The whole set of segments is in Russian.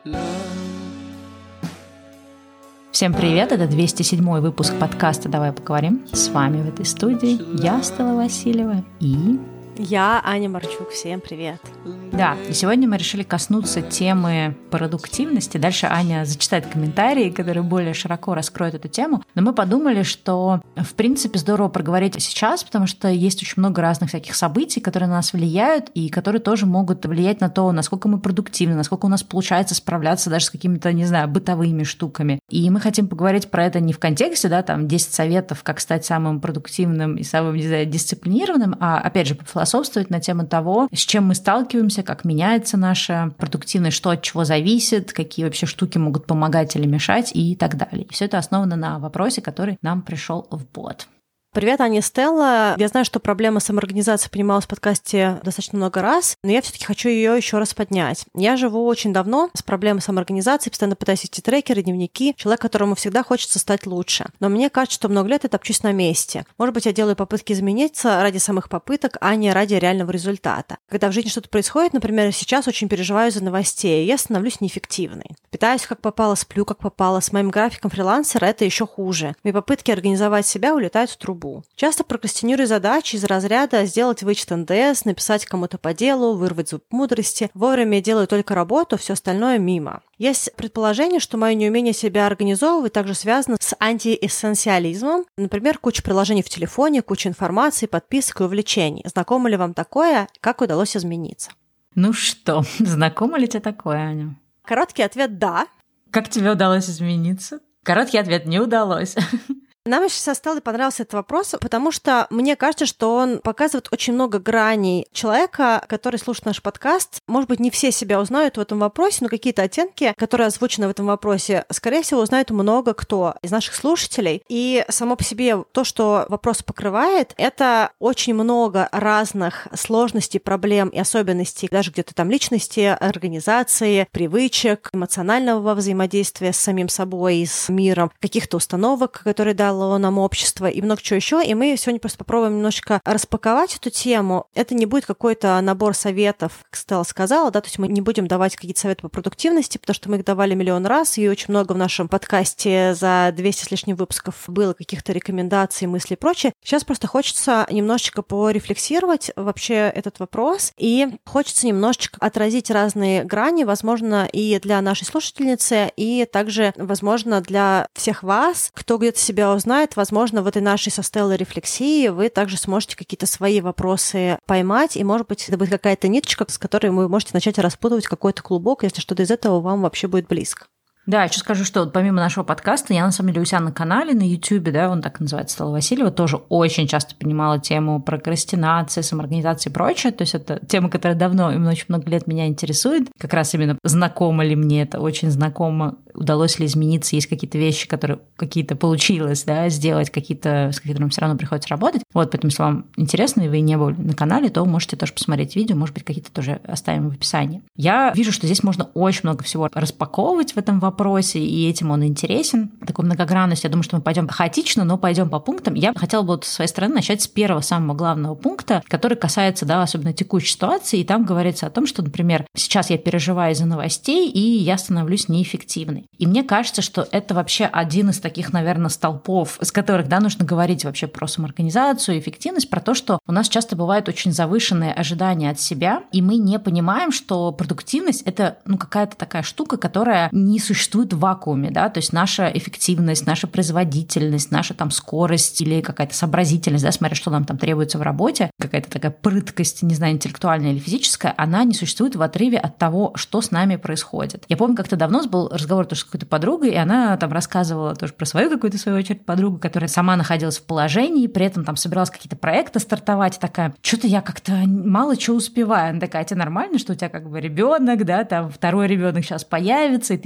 Всем привет, это 207-й выпуск подкаста «Давай поговорим». С вами в этой студии я, Стелла Васильева, и... Я, Аня Марчук. Всем привет. Да, и сегодня мы решили коснуться темы продуктивности. Дальше Аня зачитает комментарии, которые более широко раскроют эту тему. Но мы подумали, что, в принципе, здорово проговорить сейчас, потому что есть очень много разных всяких событий, которые на нас влияют, и которые тоже могут влиять на то, насколько мы продуктивны, насколько у нас получается справляться даже с какими-то, не знаю, бытовыми штуками. И мы хотим поговорить про это не в контексте, да, там, 10 советов, как стать самым продуктивным и самым, не знаю, дисциплинированным, а, опять же, пофилософствовать на тему того, с чем мы сталкиваемся, как меняется наша продуктивность, что от чего зависит, какие вообще штуки могут помогать или мешать и так далее. И все это основано на вопросе, который нам пришел в бот. Привет, Аня, Стелла. Я знаю, что проблема самоорганизации поднималась в подкасте достаточно много раз, но я все-таки хочу ее еще раз поднять. Я живу очень давно с проблемой самоорганизации, постоянно пытаюсь вести трекеры, дневники. Человек, которому всегда хочется стать лучше. Но мне кажется, что много лет я топчусь на месте. Может быть, я делаю попытки измениться ради самых попыток, а не ради реального результата. Когда в жизни что-то происходит, например, сейчас очень переживаю за новостей, я становлюсь неэффективной. Питаюсь как попало, сплю как попало. С моим графиком фрилансера это еще хуже. Мои попытки организовать себя улетают в трубу. Часто прокрастинирую задачи из разряда сделать вычет НДС, написать кому-то по делу, вырвать зуб мудрости. Вовремя делаю только работу, все остальное мимо. Есть предположение, что мое неумение себя организовывать также связано с антиэссенциализмом. Например, куча приложений в телефоне, куча информации, подписок и увлечений. Знакомо ли вам такое? Как удалось измениться? Ну что, знакомо ли тебе такое, Аня? Короткий ответ – да. Как тебе удалось измениться? Короткий ответ – не удалось. Нам еще со Стеллой понравился этот вопрос, потому что мне кажется, что он показывает очень много граней человека, который слушает наш подкаст. Может быть, не все себя узнают в этом вопросе, но какие-то оттенки, которые озвучены в этом вопросе, скорее всего, узнает много кто из наших слушателей. И само по себе то, что вопрос покрывает, это очень много разных сложностей, проблем и особенностей, даже где-то там личности, организации, привычек, эмоционального взаимодействия с самим собой и с миром, каких-то установок, которые дал нам общество и много чего еще. И мы сегодня просто попробуем немножечко распаковать эту тему. Это не будет какой-то набор советов, как Стелла сказала, да, то есть мы не будем давать какие-то советы по продуктивности, потому что мы их давали миллион раз, и очень много в нашем подкасте за 200 с лишним выпусков было каких-то рекомендаций, мыслей и прочее. Сейчас просто хочется немножечко порефлексировать вообще этот вопрос, и хочется немножечко отразить разные грани, возможно, и для нашей слушательницы, и также, возможно, для всех вас, кто где-то себя узнает, возможно, в этой нашей со Стеллой рефлексии вы также сможете какие-то свои вопросы поймать, и, может быть, это будет какая-то ниточка, с которой вы можете начать распутывать какой-то клубок, если что-то из этого вам вообще будет близко. Да, еще скажу, что вот помимо нашего подкаста, я на самом деле у себя на канале, на YouTube, да, он так называется, Стелла Васильева, тоже очень часто поднимала тему прокрастинации, самоорганизации и прочее. То есть это тема, которая давно и очень много лет меня интересует. Как раз именно знакомо ли мне это, очень знакомо, удалось ли измениться, есть какие-то вещи, которые какие-то получилось, да, сделать, какие-то, с которыми все равно приходится работать. Вот, поэтому, если вам интересно, и вы не были на канале, то можете тоже посмотреть видео, может быть, какие-то тоже оставим в описании. Я вижу, что здесь можно очень много всего распаковывать в этом вопросе, и этим он интересен. Такой многогранность. Я думаю, что мы пойдем хаотично, но пойдем по пунктам. Я хотела бы вот со своей стороны начать с первого самого главного пункта, который касается, да, особенно текущей ситуации. И там говорится о том, что, например, сейчас я переживаю из-за новостей, и я становлюсь неэффективной. И мне кажется, что это вообще один из таких, наверное, столпов, с которых, да, нужно говорить вообще про самоорганизацию, эффективность, про то, что у нас часто бывают очень завышенные ожидания от себя, и мы не понимаем, что продуктивность — это, ну, какая-то такая штука, которая не существует в вакууме, да, то есть наша эффективность, наша производительность, наша там скорость или какая-то сообразительность, да, смотря что нам там требуется в работе, какая-то такая прыткость, не знаю, интеллектуальная или физическая, она не существует в отрыве от того, что с нами происходит. Я помню, как-то давно был разговор тоже с какой-то подругой, и она там рассказывала тоже про свою какую-то, в свою очередь, подругу, которая сама находилась в положении, при этом там собиралась какие-то проекты стартовать, и такая, что-то я как-то мало чего успеваю. Она такая, тебе нормально, что у тебя как бы ребенок, да, там второй ребенок сейчас появится, и ты еще какие-то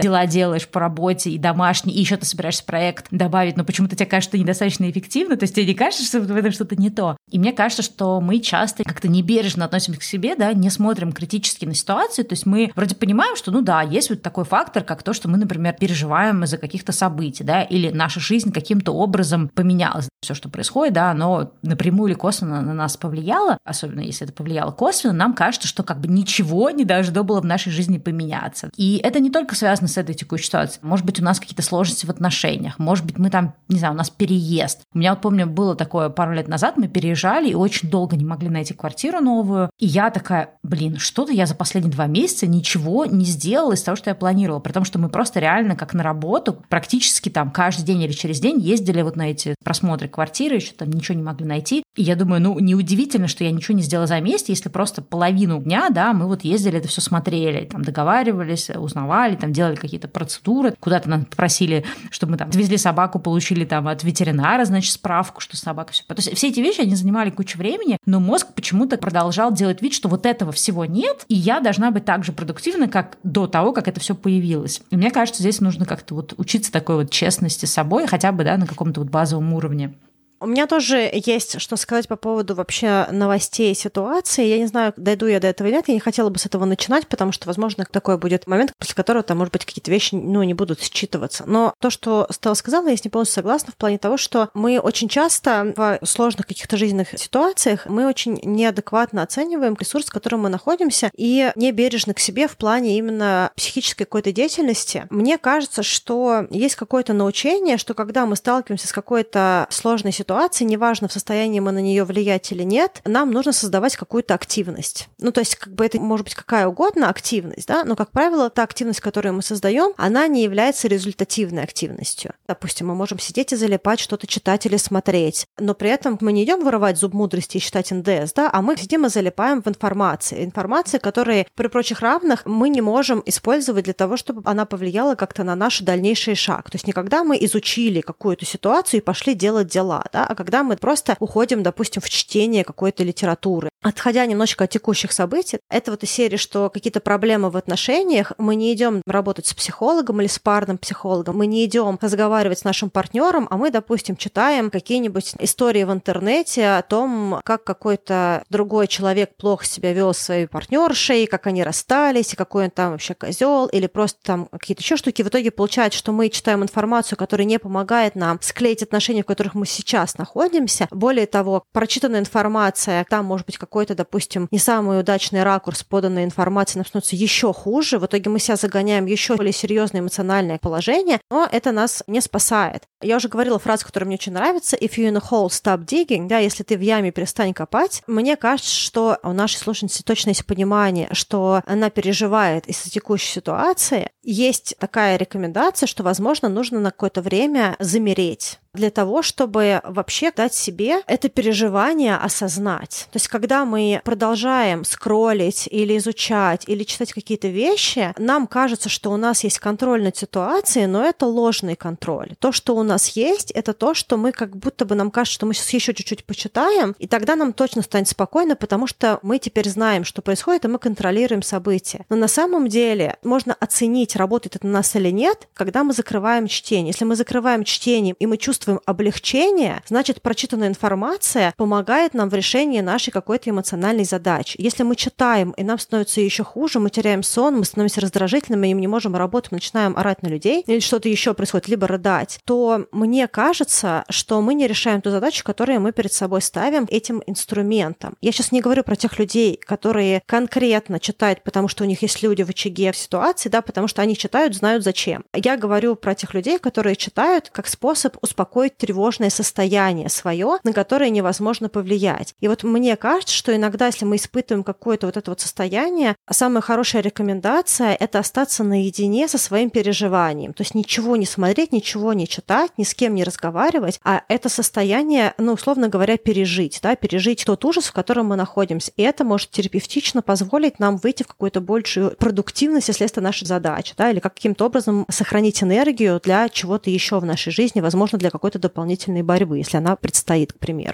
дела делаешь по работе и домашние, и еще ты собираешься проект добавить, но почему-то тебе кажется, что недостаточно эффективно, то есть тебе не кажется, что в этом что-то не то. И мне кажется, что мы часто как-то небережно относимся к себе, да, не смотрим критически на ситуацию, то есть мы вроде понимаем, что, ну да, есть вот такой фактор, как то, что мы, например, переживаем из-за каких-то событий, да, или наша жизнь каким-то образом поменялась. Все, что происходит, да, оно напрямую или косвенно на нас повлияло, особенно если это повлияло косвенно, нам кажется, что как бы ничего не должно было в нашей жизни поменяться. И это не только связано с этой текущей ситуацией. Может быть, у нас какие-то сложности в отношениях, может быть, мы там, не знаю, у нас переезд. У меня вот помню, было такое пару лет назад, мы переезжали и очень долго не могли найти квартиру новую. И я такая, что-то я за последние 2 месяца ничего не сделала из того, что я планировала. При том, что мы просто реально как на работу практически там каждый день или через день ездили вот на эти просмотры квартиры, еще там ничего не могли найти. И я думаю, неудивительно, что я ничего не сделала за месяц, если просто половину дня, да, мы вот ездили, это все смотрели, там договаривались, узнавали, там делали какие-то процедуры, куда-то нам попросили, чтобы мы там отвезли собаку, получили там от ветеринара, значит, справку, что собака все. То есть все эти вещи, они занимали кучу времени, но мозг почему-то продолжал делать вид, что вот этого всего нет, и я должна быть так же продуктивна, как до того, как это все появилось. И мне кажется, здесь нужно как-то вот учиться такой вот честности с собой, хотя бы, да, на каком-то вот базовом уровне. У меня тоже есть что сказать по поводу вообще новостей и ситуации. Я не знаю, дойду я до этого или нет. Я не хотела бы с этого начинать, потому что, возможно, такой будет момент, после которого там, может быть, какие-то вещи, не будут считываться. Но то, что Стелла сказала, я с ней полностью согласна в плане того, что мы очень часто в сложных каких-то жизненных ситуациях мы очень неадекватно оцениваем ресурс, в котором мы находимся, и не бережны к себе в плане именно психической какой-то деятельности. Мне кажется, что есть какое-то научение, что когда мы сталкиваемся с какой-то сложной ситуацией, неважно, в состоянии мы на нее влиять или нет, нам нужно создавать какую-то активность. То есть, как бы это может быть какая угодно активность, да, но, как правило, та активность, которую мы создаем, она не является результативной активностью. Допустим, мы можем сидеть и залипать, что-то читать или смотреть, но при этом мы не идем вырывать зуб мудрости и читать НДС, да, а мы сидим и залипаем в информации, которые при прочих равных мы не можем использовать для того, чтобы она повлияла как-то на наш дальнейший шаг. То есть не когда мы изучили какую-то ситуацию и пошли делать дела, да, а когда мы просто уходим, допустим, в чтение какой-то литературы. Отходя немножечко от текущих событий, это вот из серии, что какие-то проблемы в отношениях, мы не идем работать с психологом или с парным психологом, мы не идем разговаривать с нашим партнером, а мы, допустим, читаем какие-нибудь истории в интернете о том, как какой-то другой человек плохо себя вел с своей партнершей, как они расстались, и какой он там вообще козел, или просто там какие-то еще штуки. В итоге получается, что мы читаем информацию, которая не помогает нам склеить отношения, в которых мы сейчас находимся. Более того, прочитанная информация, там может быть какой-то, допустим, не самый удачный ракурс поданной информации, нам становится еще хуже. В итоге мы себя загоняем в еще более серьезное эмоциональное положение, но это нас не спасает. Я уже говорила фразу, которая мне очень нравится: if you're in a hole, stop digging. Да, если ты в яме, перестань копать. Мне кажется, что у нашей слушательницы точно есть понимание, что она переживает из-за текущей ситуации. Есть такая рекомендация, что, возможно, нужно на какое-то время замереть для того, чтобы вообще дать себе это переживание осознать. То есть, когда мы продолжаем скроллить или изучать, или читать какие-то вещи, нам кажется, что у нас есть контроль над ситуацией, но это ложный контроль. То, что у нас есть, это то, что мы как будто бы нам кажется, что мы сейчас еще чуть-чуть почитаем, и тогда нам точно станет спокойно, потому что мы теперь знаем, что происходит, и мы контролируем события. Но на самом деле можно оценить, работает это на нас или нет, когда мы закрываем чтение. Если мы закрываем чтение, и мы чувствуем облегчение, значит, прочитанная информация помогает нам в решении нашей какой-то эмоциональной задачи. Если мы читаем, и нам становится еще хуже, мы теряем сон, мы становимся раздражительными, и мы не можем работать, мы начинаем орать на людей, или что-то еще происходит, либо рыдать, то мне кажется, что мы не решаем ту задачу, которую мы перед собой ставим этим инструментом. Я сейчас не говорю про тех людей, которые конкретно читают, потому что у них есть люди в очаге в ситуации, да, потому что они читают, знают зачем. Я говорю про тех людей, которые читают как способ успокоить тревожное состояние свое, на которое невозможно повлиять. И вот мне кажется, что иногда, если мы испытываем какое-то вот это вот состояние, самая хорошая рекомендация — это остаться наедине со своим переживанием. То есть ничего не смотреть, ничего не читать, ни с кем не разговаривать, а это состояние, условно говоря, пережить, да, пережить тот ужас, в котором мы находимся. И это может терапевтично позволить нам выйти в какую-то большую продуктивность, если это наша задача, да, или каким-то образом сохранить энергию для чего-то еще в нашей жизни, возможно, для какой-то дополнительной борьбы, если она предстоит, к примеру.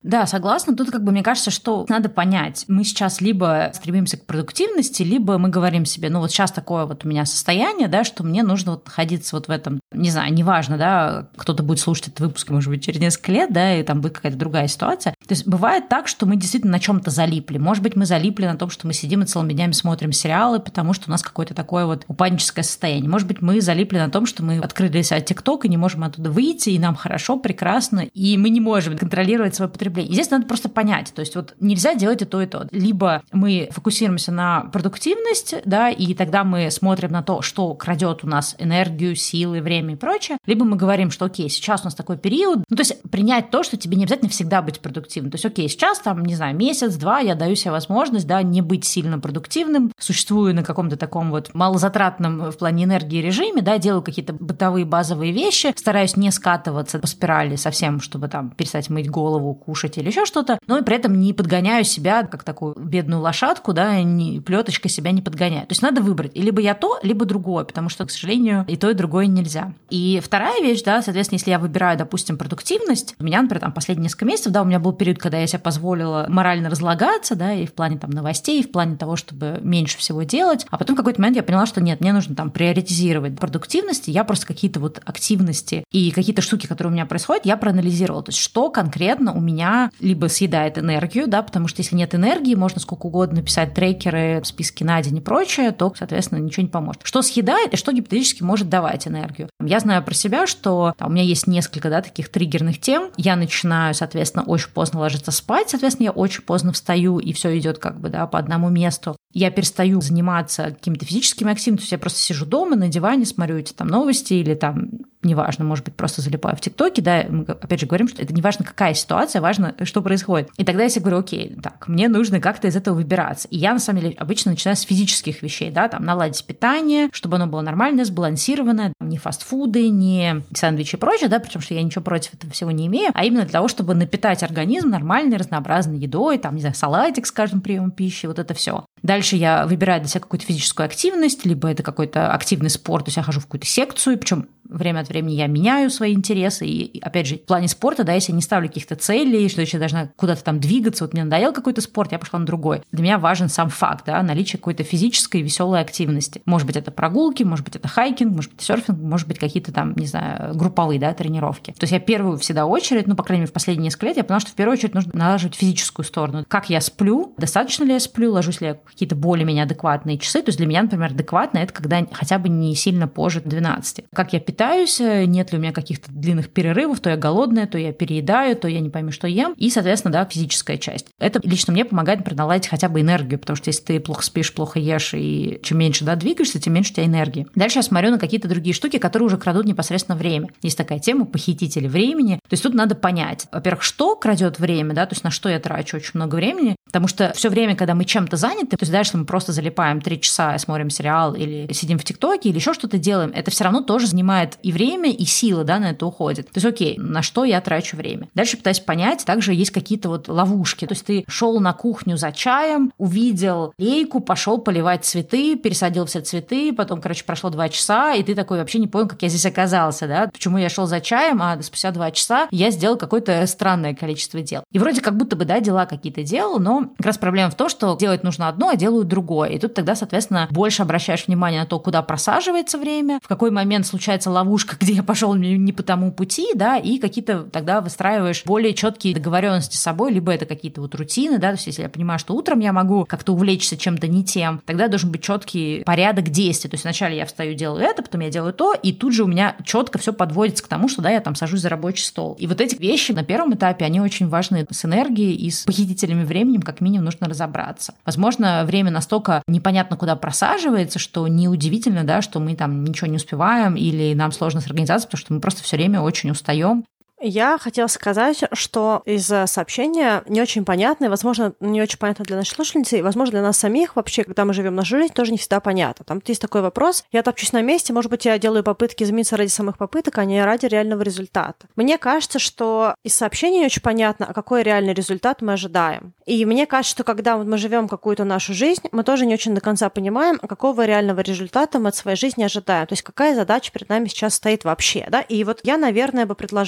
Да, согласна. Тут мне кажется, что надо понять. Мы сейчас либо стремимся к продуктивности, либо мы говорим себе, вот сейчас такое у меня состояние, да, что мне нужно находиться в этом, не знаю, неважно, да, кто-то будет слушать этот выпуск, может быть, через несколько лет, да, и там будет какая-то другая ситуация. То есть бывает так, что мы действительно на чем-то залипли. Может быть, мы залипли на том, что мы сидим и целыми днями смотрим сериалы, потому что у нас какое-то такое упадническое состояние. Может быть, мы залипли на том, что мы открыли для себя ТикТок и не можем оттуда выйти, и нам хорошо, прекрасно, и мы не можем контролировать свое потребление. И здесь надо просто понять, то есть нельзя делать и то, и то. Либо мы фокусируемся на продуктивность, да, и тогда мы смотрим на то, что крадет у нас энергию, силы, время и прочее, либо мы говорим, что окей, сейчас у нас такой период, то есть принять то, что тебе не обязательно всегда быть продуктивным. То есть окей, сейчас не знаю, месяц-два я даю себе возможность, да, не быть сильно продуктивным, существую на каком-то таком малозатратном в плане энергии режиме, да, делаю какие-то бытовые базовые вещи, стараюсь не скатываться по спирали совсем, чтобы перестать мыть голову, кушать или еще что-то, но и при этом не подгоняю себя, как такую бедную лошадку, да, плеточкой себя не подгоняю. То есть надо выбрать, и либо я то, либо другое, потому что, к сожалению, и то, и другое нельзя. И вторая вещь, да, соответственно, если я выбираю, допустим, продуктивность, у меня, например, последние несколько месяцев, да, у меня был период, когда я себе позволила морально разлагаться, да, и в плане новостей, и в плане того, чтобы меньше всего делать, а потом в какой-то момент я поняла, что нет, мне нужно приоритизировать продуктивность, и я просто какие-то активности и какие-то штуки, которые у меня происходят, я проанализировала, то есть что конкретно у меня либо съедает энергию, да, потому что если нет энергии, можно сколько угодно написать трекеры, списки на день и прочее, то, соответственно, ничего не поможет. Что съедает и что гипотетически может давать энергию. Я знаю про себя, что у меня есть несколько, да, таких триггерных тем. Я начинаю, соответственно, очень поздно ложиться спать, соответственно, я очень поздно встаю, и все идет по одному месту. Я перестаю заниматься какими-то физическими активностями, я просто сижу дома на диване, смотрю эти новости или неважно, может быть, просто залипаю в ТикТоке, да, мы опять же говорим, что это не важно, какая ситуация, важно, что происходит. И тогда я себе говорю, окей, так, мне нужно как-то из этого выбираться. И я, на самом деле, обычно начинаю с физических вещей, да, наладить питание, чтобы оно было нормальное, сбалансированное, не фастфуды, не сэндвичи и прочее, да, причем что я ничего против этого всего не имею, а именно для того, чтобы напитать организм нормальной, разнообразной едой, не знаю, салатик с каждым приемом пищи, это все. Дальше я выбираю для себя какую-то физическую активность, либо это какой-то активный спорт, то есть я хожу в какую-то секцию, причем время от времени я меняю свои интересы, и, опять же, в плане спорта, да, если я не ставлю каких-то целей, что я должна куда-то двигаться, мне надоел какой-то спорт, я пошла на другой. Для меня важен сам факт, да, наличие какой-то физической веселой активности. Может быть, это прогулки, может быть, это хайкинг, может быть, серфинг, может быть, какие-то не знаю, групповые, да, тренировки. То есть я первую всегда очередь, по крайней мере, в последние несколько лет я поняла, что в первую очередь нужно налаживать физическую сторону. Как я сплю, достаточно ли я сплю, ложусь ли я в какие-то более-менее адекватные часы. То есть для меня, например, адекватно это когда хотя бы не сильно позже 12. Как я питаюсь, нет ли у меня каких-то длинных перерывов, то я голодная, то я переедаю, то я не пойму, что ем. И, соответственно, да, физическая часть. Это лично мне помогает, например, наладить хотя бы энергию, потому что если ты плохо спишь, плохо ешь, и чем меньше, да, двигаешься, тем меньше у тебя энергии. Дальше я смотрю на какие-то другие штуки, которые уже крадут непосредственно время. Есть такая тема похитители времени. То есть тут надо понять, во-первых, что крадет время, да, то есть на что я трачу очень много времени, потому что все время, когда мы чем-то заняты, то есть дальше мы просто залипаем 3 часа, смотрим сериал или сидим в ТикТоке или еще что-то делаем, это все равно тоже занимает и время, и силы, да, на это уходит. То есть, окей, на что я трачу время? Дальше пытаюсь понять, также есть какие-то ловушки. То есть ты шел на кухню за чаем, увидел лейку, пошел поливать цветы, пересадил все цветы, потом, прошло 2 часа, и ты такой вообще не понял, как я здесь оказался, да, почему я шел за чаем, а спустя 2 часа я сделал какое-то странное количество дел. И вроде как будто бы, да, дела какие-то делал, но как раз проблема в том, что делать нужно одно, а делаю другое. И тут тогда, соответственно, больше обращаешь внимание на то, куда просаживается время, в какой момент случается ловушка, где я пошел не по тому пути, да, и какие-то тогда выстраиваешь более четкие договоренности с собой, либо это какие-то рутины, да, то есть если я понимаю, что утром я могу как-то увлечься чем-то не тем, тогда должен быть четкий порядок действий. То есть вначале я встаю, делаю это, потом я делаю то, и тут же у меня четко все подводится к тому, что да, я сажусь за рабочий стол. И эти вещи на первом этапе, они очень важны с энергией и с похитителями времени, как минимум нужно разобраться. Возможно, время настолько непонятно куда просаживается, что неудивительно, да, что мы ничего не успеваем или нам сложно с организацией, потому что мы просто все время очень устаем. Я хотела сказать, что из сообщения не очень понятно, и, возможно, не очень понятно для наших слушательниц, и, возможно, для нас самих вообще, когда мы живем нашу жизнь, тоже не всегда понятно. Там есть такой вопрос: я топчусь на месте, может быть, я делаю попытки измениться ради самых попыток, а не ради реального результата. Мне кажется, что из сообщения не очень понятно, а какой реальный результат мы ожидаем. И мне кажется, что когда мы живем какую-то нашу жизнь, мы тоже не очень до конца понимаем, какого реального результата мы от своей жизни ожидаем. То есть какая задача перед нами сейчас стоит вообще, да? И я, наверное, бы предложила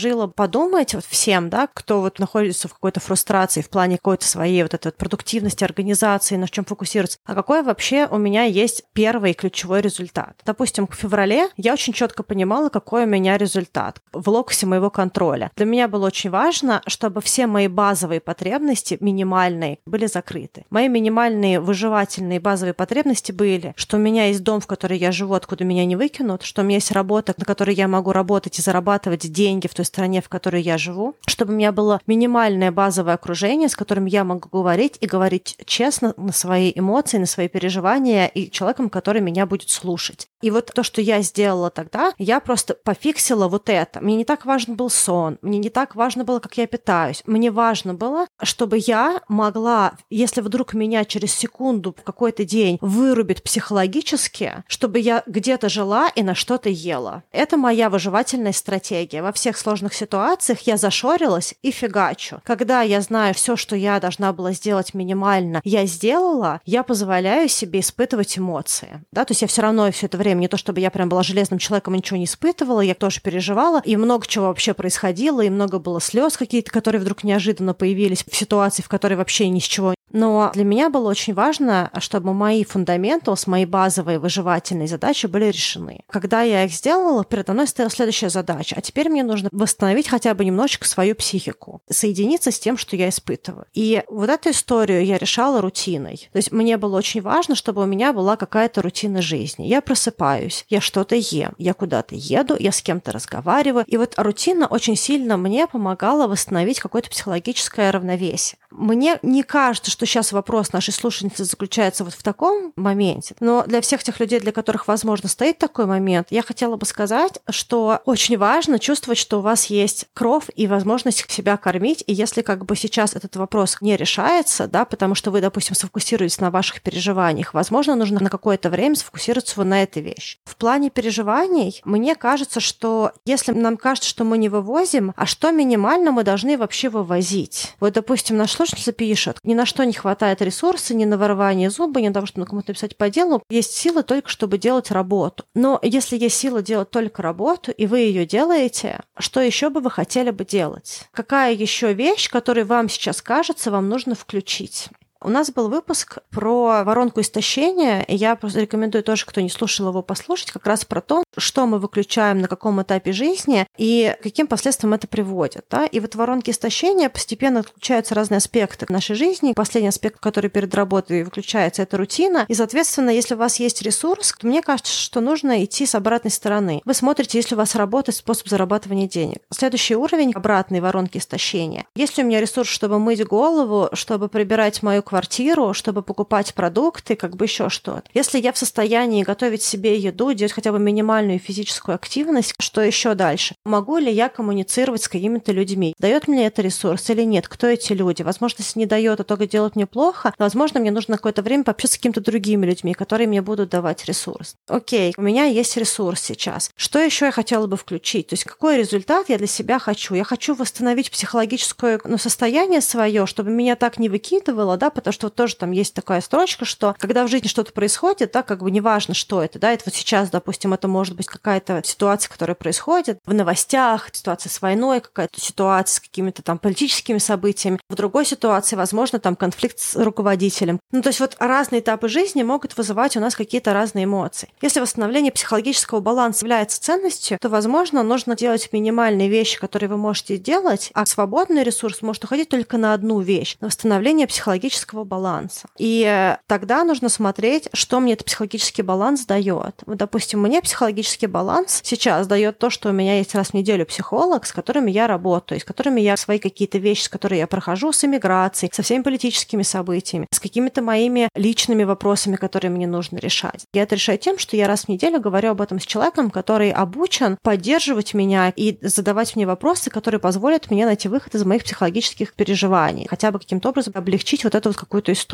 подумать вот всем, да, кто вот находится в какой-то фрустрации в плане какой-то своей вот этой вот продуктивности организации, на чем фокусироваться, а какой вообще у меня есть первый ключевой результат. Допустим, в феврале я очень четко понимала, какой у меня результат в локусе моего контроля. Для меня было очень важно, чтобы все мои базовые потребности, минимальные, были закрыты. Мои минимальные выживательные базовые потребности были, что у меня есть дом, в который я живу, откуда меня не выкинут, что у меня есть работа, на которой я могу работать и зарабатывать деньги в той стране, в которой я живу, чтобы у меня было минимальное базовое окружение, с которым я могу говорить и говорить честно на свои эмоции, на свои переживания и человеком, который меня будет слушать. И вот то, что я сделала тогда, я просто пофиксила вот это. Мне не так важен был сон, мне не так важно было, как я питаюсь. Мне важно было, чтобы я могла, если вдруг меня через секунду в какой-то день вырубит психологически, чтобы я где-то жила и на что-то ела. Это моя выживательная стратегия. Во всех сложных ситуациях я зашорилась и фигачу. Когда я знаю все, что я должна была сделать минимально, я сделала, я позволяю себе испытывать эмоции. Да? То есть я все равно все это время, не то чтобы я прям была железным человеком и ничего не испытывала, я тоже переживала, и много чего вообще происходило, и много было слез какие-то, которые вдруг неожиданно появились в ситуации, в которой вообще ни с чего. Но для меня было очень важно, чтобы мои фундаменталы, мои базовые выживательные задачи были решены. Когда я их сделала, передо мной стояла следующая задача. А теперь мне нужно восстановить хотя бы немножечко свою психику, соединиться с тем, что я испытываю. И вот эту историю я решала рутиной. То есть мне было очень важно, чтобы у меня была какая-то рутина жизни. Я просыпаюсь, я что-то ем, я куда-то еду, я с кем-то разговариваю. И вот рутина очень сильно мне помогала восстановить какое-то психологическое равновесие. Мне не кажется, что сейчас вопрос нашей слушательницы заключается вот в таком моменте, но для всех тех людей, для которых, возможно, стоит такой момент, я хотела бы сказать, что очень важно чувствовать, что у вас есть кров и возможность себя кормить, и если как бы сейчас этот вопрос не решается, да, потому что вы, допустим, сфокусируетесь на ваших переживаниях, возможно, нужно на какое-то время сфокусироваться вот на этой вещи. В плане переживаний мне кажется, что если нам кажется, что мы не вывозим, а что минимально мы должны вообще вывозить? Вот, допустим, наш слушательница пишет, ни на что не хватает ресурса, ни на вырывание зуба, ни на того, чтобы кому-то написать по делу. Есть силы только, чтобы делать работу. Но если есть сила делать только работу, и вы ее делаете, что еще бы вы хотели бы делать? Какая еще вещь, которая вам сейчас кажется, вам нужно включить? У нас был выпуск про воронку истощения, и я просто рекомендую тоже, кто не слушал его, послушать, как раз про то, что мы выключаем на каком этапе жизни и каким последствиям это приводит. Да? И вот в воронке истощения постепенно отключаются разные аспекты нашей жизни. Последний аспект, который перед работой выключается, это рутина. И, соответственно, если у вас есть ресурс, то мне кажется, что нужно идти с обратной стороны. Вы смотрите, если у вас работает способ зарабатывания денег. Следующий уровень обратной воронки истощения. Есть ли у меня ресурс, чтобы мыть голову, чтобы прибирать мою квартиру, чтобы покупать продукты, как бы еще что-то. Если я в состоянии готовить себе еду, делать хотя бы минимальную физическую активность, что еще дальше? Могу ли я коммуницировать с какими-то людьми? Дает мне это ресурс или нет? Кто эти люди? Возможно, если не дает, то только делать мне плохо. Возможно, мне нужно какое-то время пообщаться с какими-то другими людьми, которые мне будут давать ресурс. Окей, у меня есть ресурс сейчас. Что еще я хотела бы включить? То есть какой результат я для себя хочу? Я хочу восстановить психологическое состояние свое, чтобы меня так не выкидывало, да, потому что вот тоже там есть такая строчка, что когда в жизни что-то происходит, да, как бы неважно, что это, да, это вот сейчас, допустим, это может быть какая-то ситуация, которая происходит в новостях, ситуация с войной, какая-то ситуация с какими-то там политическими событиями. В другой ситуации, возможно, там конфликт с руководителем. Ну, то есть вот разные этапы жизни могут вызывать у нас какие-то разные эмоции. Если восстановление психологического баланса является ценностью, то, возможно, нужно делать минимальные вещи, которые вы можете делать, а свободный ресурс может уходить только на одну вещь, на восстановление психологического баланса. И тогда нужно смотреть, что мне этот психологический баланс дает. Вот, допустим, мне психологический баланс сейчас дает то, что у меня есть раз в неделю психолог, с которыми я работаю, с которыми я свои какие-то вещи, с которыми я прохожу, с эмиграцией, со всеми политическими событиями, с какими-то моими личными вопросами, которые мне нужно решать. Я это решаю тем, что я раз в неделю говорю об этом с человеком, который обучен поддерживать меня и задавать мне вопросы, которые позволят мне найти выход из моих психологических переживаний, хотя бы каким-то образом облегчить вот эту вот какую-то историю.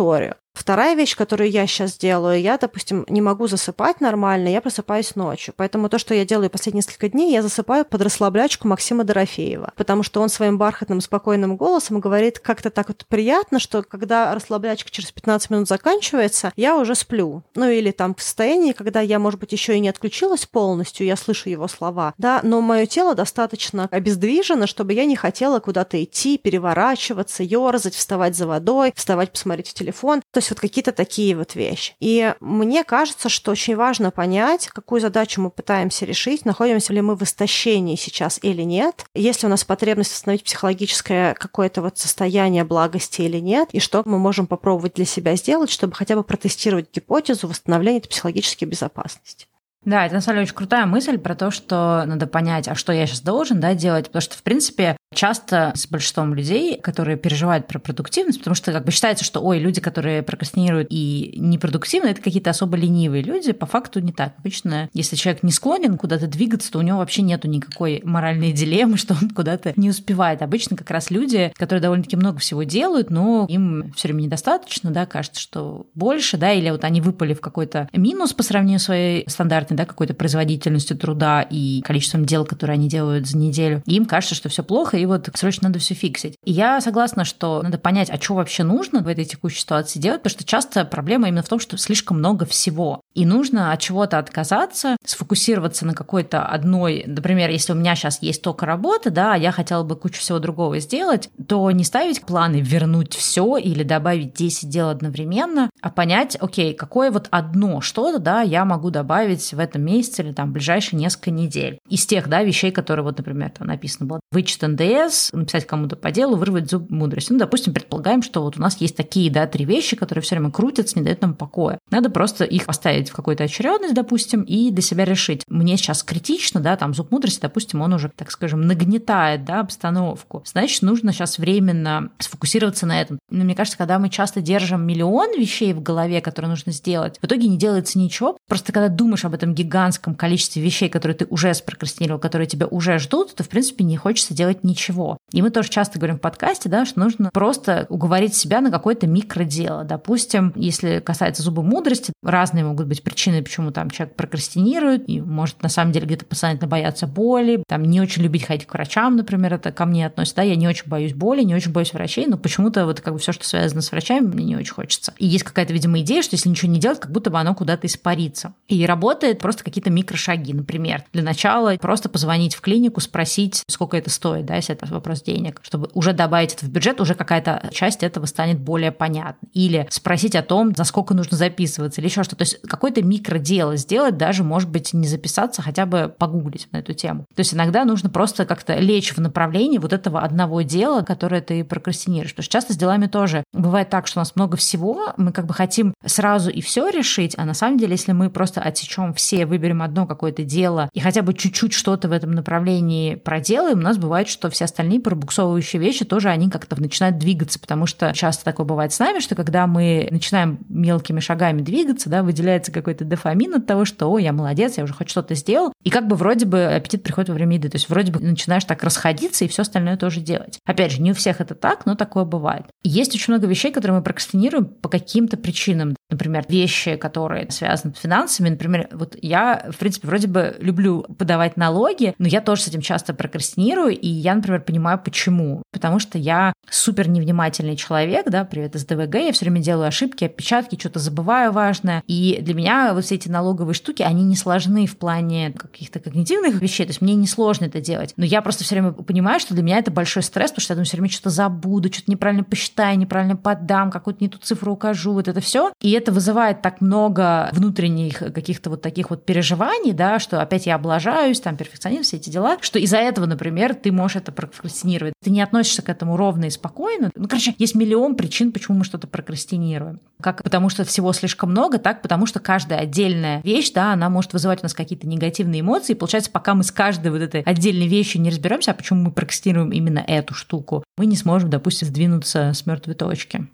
Вторая вещь, которую я сейчас делаю, я, допустим, не могу засыпать нормально, я просыпаюсь ночью. Поэтому то, что я делаю последние несколько дней, я засыпаю под расслаблячку Максима Дорофеева, потому что он своим бархатным, спокойным голосом говорит как-то так вот приятно, что когда расслаблячка через 15 минут заканчивается, я уже сплю. Ну или там в состоянии, когда я, может быть, еще и не отключилась полностью, я слышу его слова, да, но мое тело достаточно обездвижено, чтобы я не хотела куда-то идти, переворачиваться, ёрзать, вставать за водой, вставать посмотреть в телефон. То есть вот какие-то такие вот вещи. И мне кажется, что очень важно понять, какую задачу мы пытаемся решить, находимся ли мы в истощении сейчас или нет, есть ли у нас потребность восстановить психологическое какое-то вот состояние благости или нет, и что мы можем попробовать для себя сделать, чтобы хотя бы протестировать гипотезу восстановления этой психологической безопасности. Да, это на самом деле очень крутая мысль про то, что надо понять, а что я сейчас должен, да, делать, потому что, в принципе, часто с большинством людей, которые переживают про продуктивность, потому что как бы считается, что, ой, люди, которые прокрастинируют и непродуктивны, это какие-то особо ленивые люди, по факту не так. Обычно, если человек не склонен куда-то двигаться, то у него вообще нету никакой моральной дилеммы, что он куда-то не успевает. Обычно как раз люди, которые довольно-таки много всего делают, но им все время недостаточно, да, кажется, что больше, да, или вот они выпали в какой-то минус по сравнению с своей стандартной, да, какой-то производительностью труда и количеством дел, которые они делают за неделю. И им кажется, что все плохо, и вот срочно надо все фиксить. И я согласна, что надо понять, а что вообще нужно в этой текущей ситуации делать, потому что часто проблема именно в том, что слишком много всего. И нужно от чего-то отказаться, сфокусироваться на какой-то одной, например, если у меня сейчас есть только работа, да, а я хотела бы кучу всего другого сделать, то не ставить планы вернуть все или добавить 10 дел одновременно, а понять, окей, какое вот одно что-то, да, я могу добавить в этом месяце или там в ближайшие несколько недель. Из тех, да, вещей, которые вот, например, там написано было, вычет НДС, написать кому-то по делу, вырвать зуб мудрости. Ну, допустим, предполагаем, что вот у нас есть такие, да, 3 вещи, которые все время крутятся, не дают нам покоя. Надо просто их поставить в какую-то очередность, допустим, и для себя решить. Мне сейчас критично, да, там зуб мудрости, допустим, он уже, так скажем, нагнетает, да, обстановку. Значит, нужно сейчас временно сфокусироваться на этом. Но мне кажется, когда мы часто держим миллион вещей в голове, которые нужно сделать, в итоге не делается ничего. Просто когда думаешь об этом гигантском количестве вещей, которые ты уже спрокрастинировал, которые тебя уже ждут, то, в принципе, не хочется делать ничего. И мы тоже часто говорим в подкасте, да, что нужно просто уговорить себя на какое-то микродело. Допустим, если касается зуба мудрости, разные могут быть причины, почему там человек прокрастинирует, и может на самом деле где-то постоянно бояться боли, там не очень любить ходить к врачам, например, это ко мне относится, да, я не очень боюсь боли, не очень боюсь врачей, но почему-то вот как бы все, что связано с врачами, мне не очень хочется. И есть какая-то, видимо, идея, что если ничего не делать, как будто бы оно куда-то испарится. И работает просто какие-то микрошаги, например. Для начала просто позвонить в клинику, спросить, сколько это стоит, да, если это вопрос денег, чтобы уже добавить это в бюджет, уже какая-то часть этого станет более понятной. Или спросить о том, за сколько нужно записываться, или еще что-то. То есть какое-то микродело сделать, даже, может быть, не записаться, хотя бы погуглить на эту тему. То есть иногда нужно просто как-то лечь в направлении вот этого одного дела, которое ты прокрастинируешь. Потому что часто с делами тоже бывает так, что у нас много всего, мы как бы хотим сразу и все решить, а на самом деле, если мы просто отсечем все, выберем одно какое-то дело и хотя бы чуть-чуть что-то в этом направлении проделаем, у нас бывает, что все остальные пробуксовывающие вещи тоже, они как-то начинают двигаться, потому что часто такое бывает с нами, что когда мы начинаем мелкими шагами двигаться, да, выделяется какой-то дофамин от того, что, о, я молодец, я уже хоть что-то сделал, и как бы вроде бы аппетит приходит во время еды, то есть вроде бы начинаешь так расходиться и все остальное тоже делать. Опять же, не у всех это так, но такое бывает. И есть очень много вещей, которые мы прокрастинируем по каким-то причинам. Например, вещи, которые связаны с финансами. Например, вот я, в принципе, вроде бы люблю подавать налоги, но я тоже с этим часто прокрастинирую, и я, например, понимаю, почему. Потому что я супер невнимательный человек, да, привет из ДВГ, я все время делаю ошибки, опечатки, что-то забываю важное. И для меня вот все эти налоговые штуки, они не сложны в плане каких-то когнитивных вещей, то есть мне не сложно это делать. Но я просто все время понимаю, что для меня это большой стресс, потому что я думаю, все время что-то забуду, что-то неправильно посчитаю, неправильно подам, какую-то не ту цифру укажу, вот это все. И это вызывает так много внутренних каких-то вот таких вот переживаний, да, что опять я облажаюсь, там перфекционизм, все эти дела, что из-за этого, например, ты можешь это прокрастинировать. Ты не относишься к этому ровно и спокойно. Ну, короче, есть миллион причин, почему мы что-то прокрастинируем. Как потому что всего слишком много, так потому что каждая отдельная вещь, да, она может вызывать у нас какие-то негативные эмоции. И получается, пока мы с каждой вот этой отдельной вещью не разберемся, а почему мы прокрастинируем именно эту штуку, мы не сможем, допустим, сдвинуться с мертвой точки.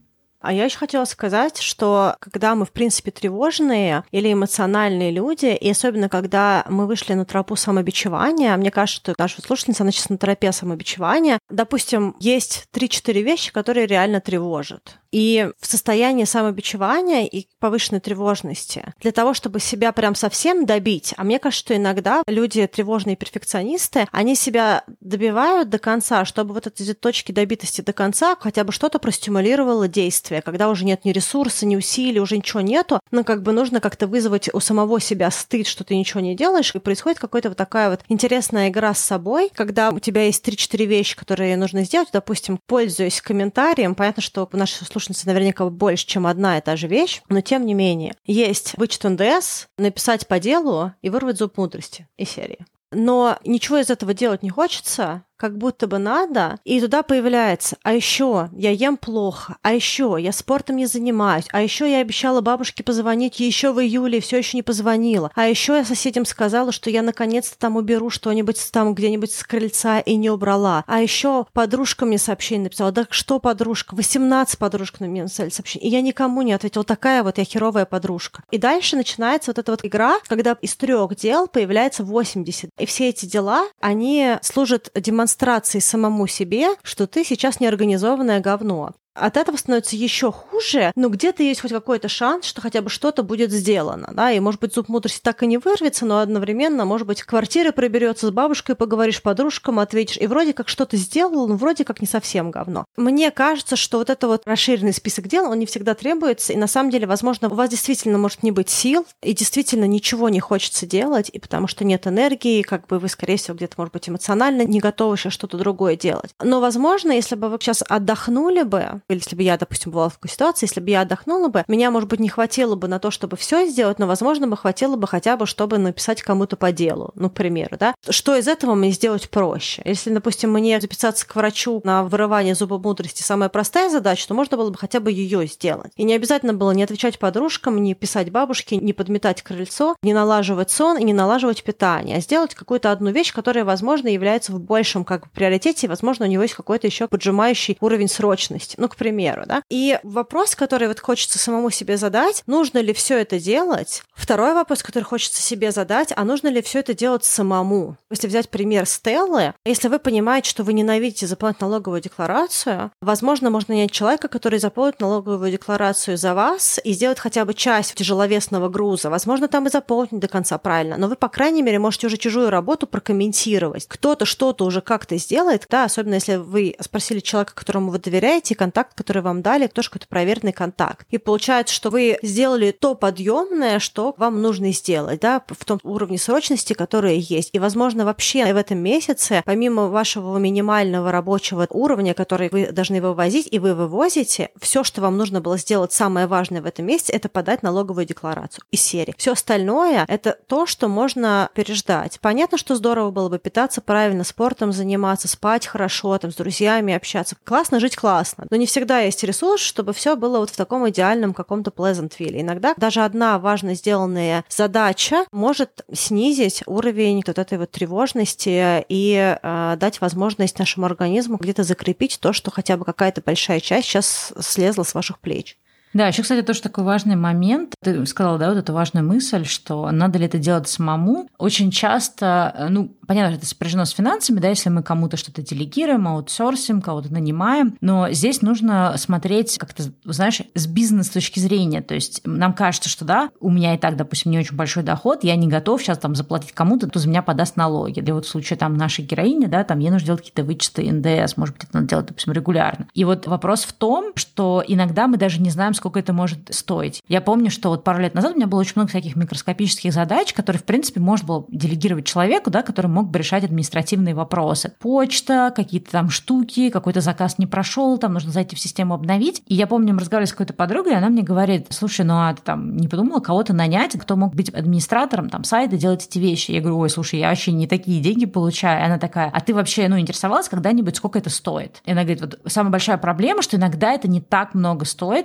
А я еще хотела сказать, что когда мы, в принципе, тревожные или эмоциональные люди, и особенно когда мы вышли на тропу самобичевания, мне кажется, что наша слушательница, она сейчас на тропе самобичевания, допустим, есть 3-4 вещи, которые реально тревожат. И в состоянии самобичевания и повышенной тревожности для того, чтобы себя прям совсем добить, а мне кажется, что иногда люди тревожные перфекционисты, они себя добивают до конца, чтобы вот эти точки добитости до конца хотя бы что-то простимулировало действие, когда уже нет ни ресурса, ни усилий, уже ничего нету, но как бы нужно как-то вызвать у самого себя стыд, что ты ничего не делаешь, и происходит какая-то вот такая вот интересная игра с собой, когда у тебя есть 3-4 вещи, которые нужно сделать, допустим, пользуясь комментарием, понятно, что у нашей слушательницы наверняка больше, чем одна и та же вещь, но тем не менее, есть вычет НДС, написать по делу и вырвать зуб мудрости из серии. Но ничего из этого делать не хочется, как будто бы надо, и туда появляется: а еще я ем плохо, а еще я спортом не занимаюсь, а еще я обещала бабушке позвонить еще в июле и все еще не позвонила, а еще я соседям сказала, что я наконец-то там уберу что-нибудь там где-нибудь с крыльца и не убрала, а еще подружка мне сообщение написала: да что подружка, 18 подружек на меня написали сообщение, и я никому не ответила, такая вот я херовая подружка. И дальше начинается вот эта вот игра, когда из 3 дел появляется 80, и все эти дела, они служат демонстрацией самому себе, что ты сейчас неорганизованное говно. От этого становится еще хуже, но где-то есть хоть какой-то шанс, что хотя бы что-то будет сделано, да, и, может быть, зуб мудрости так и не вырвется, но одновременно, может быть, квартира приберется, с бабушкой поговоришь, подружкам ответишь, и вроде как что-то сделал, но вроде как не совсем говно. Мне кажется, что вот это вот расширенный список дел, он не всегда требуется, и на самом деле, возможно, у вас действительно может не быть сил, и действительно ничего не хочется делать, и потому что нет энергии, как бы вы, скорее всего, где-то, может быть, эмоционально не готовы сейчас что-то другое делать. Но, возможно, если бы вы сейчас отдохнули бы, или если бы я, допустим, была в такой ситуации, если бы я отдохнула бы, меня, может быть, не хватило бы на то, чтобы все сделать, но, возможно, бы хватило бы хотя бы, чтобы написать кому-то по делу, ну, к примеру, да. Что из этого мне сделать проще? Если, допустим, мне записаться к врачу на вырывание зуба мудрости самая простая задача, то можно было бы хотя бы ее сделать. И не обязательно было не отвечать подружкам, не писать бабушке, не подметать крыльцо, не налаживать сон и не налаживать питание, а сделать какую-то одну вещь, которая, возможно, является в большем как бы приоритете, и, возможно, у него есть какой-то еще поджимающий уровень срочности. Ну, к примеру, да. И вопрос, который вот хочется самому себе задать, нужно ли все это делать? Второй вопрос, который хочется себе задать, а нужно ли все это делать самому? Если взять пример Стеллы, если вы понимаете, что вы ненавидите заполнять налоговую декларацию, возможно, можно нанять человека, который заполнит налоговую декларацию за вас и сделает хотя бы часть тяжеловесного груза. Возможно, там и заполнить до конца правильно, но вы, по крайней мере, можете уже чужую работу прокомментировать. Кто-то что-то уже как-то сделает, да, особенно если вы спросили человека, которому вы доверяете, контакт, который вам дали, тоже какой-то проверенный контакт. И получается, что вы сделали то подъемное, что вам нужно сделать, да, в том уровне срочности, который есть. И, возможно, вообще в этом месяце, помимо вашего минимального рабочего уровня, который вы должны вывозить, и вы вывозите, все, что вам нужно было сделать, самое важное в этом месяце, это подать налоговую декларацию из серии. Все остальное — это то, что можно переждать. Понятно, что здорово было бы питаться правильно, спортом заниматься, спать хорошо, там, с друзьями общаться. Классно жить, классно. Но не всегда есть ресурс, чтобы все было вот в таком идеальном каком-то Pleasantville. Иногда даже одна важно сделанная задача может снизить уровень вот этой вот тревожности и дать возможность нашему организму где-то закрепить то, что хотя бы какая-то большая часть сейчас слезла с ваших плеч. Да, еще, кстати, тоже такой важный момент. Ты сказала, да, вот эту важную мысль, что надо ли это делать самому. Очень часто, ну, понятно, что это сопряжено с финансами, да, если мы кому-то что-то делегируем, аутсорсим, кого-то нанимаем, но здесь нужно смотреть как-то, знаешь, с бизнес точки зрения. То есть нам кажется, что да, у меня и так, допустим, не очень большой доход, я не готов сейчас там заплатить кому-то, кто за меня подаст налоги. И вот в случае там нашей героини, да, там ей нужно делать какие-то вычеты НДС, может быть, это надо делать, допустим, регулярно. И вот вопрос в том, что иногда мы даже не знаем, сколько это может стоить. Я помню, что вот пару лет назад у меня было очень много всяких микроскопических задач, которые, в принципе, можно было делегировать человеку, да, который мог бы решать административные вопросы. Почта, какие-то там штуки, какой-то заказ не прошел, там нужно зайти в систему обновить. И я помню, мы разговаривали с какой-то подругой, и она мне говорит: слушай, ну а ты там не подумала кого-то нанять, кто мог быть администратором там сайта, делать эти вещи? Я говорю: ой, слушай, я вообще не такие деньги получаю. И она такая: а ты вообще, ну, интересовалась когда-нибудь, сколько это стоит? И она говорит: вот самая большая проблема, что иногда это не так много стоит. Опять же,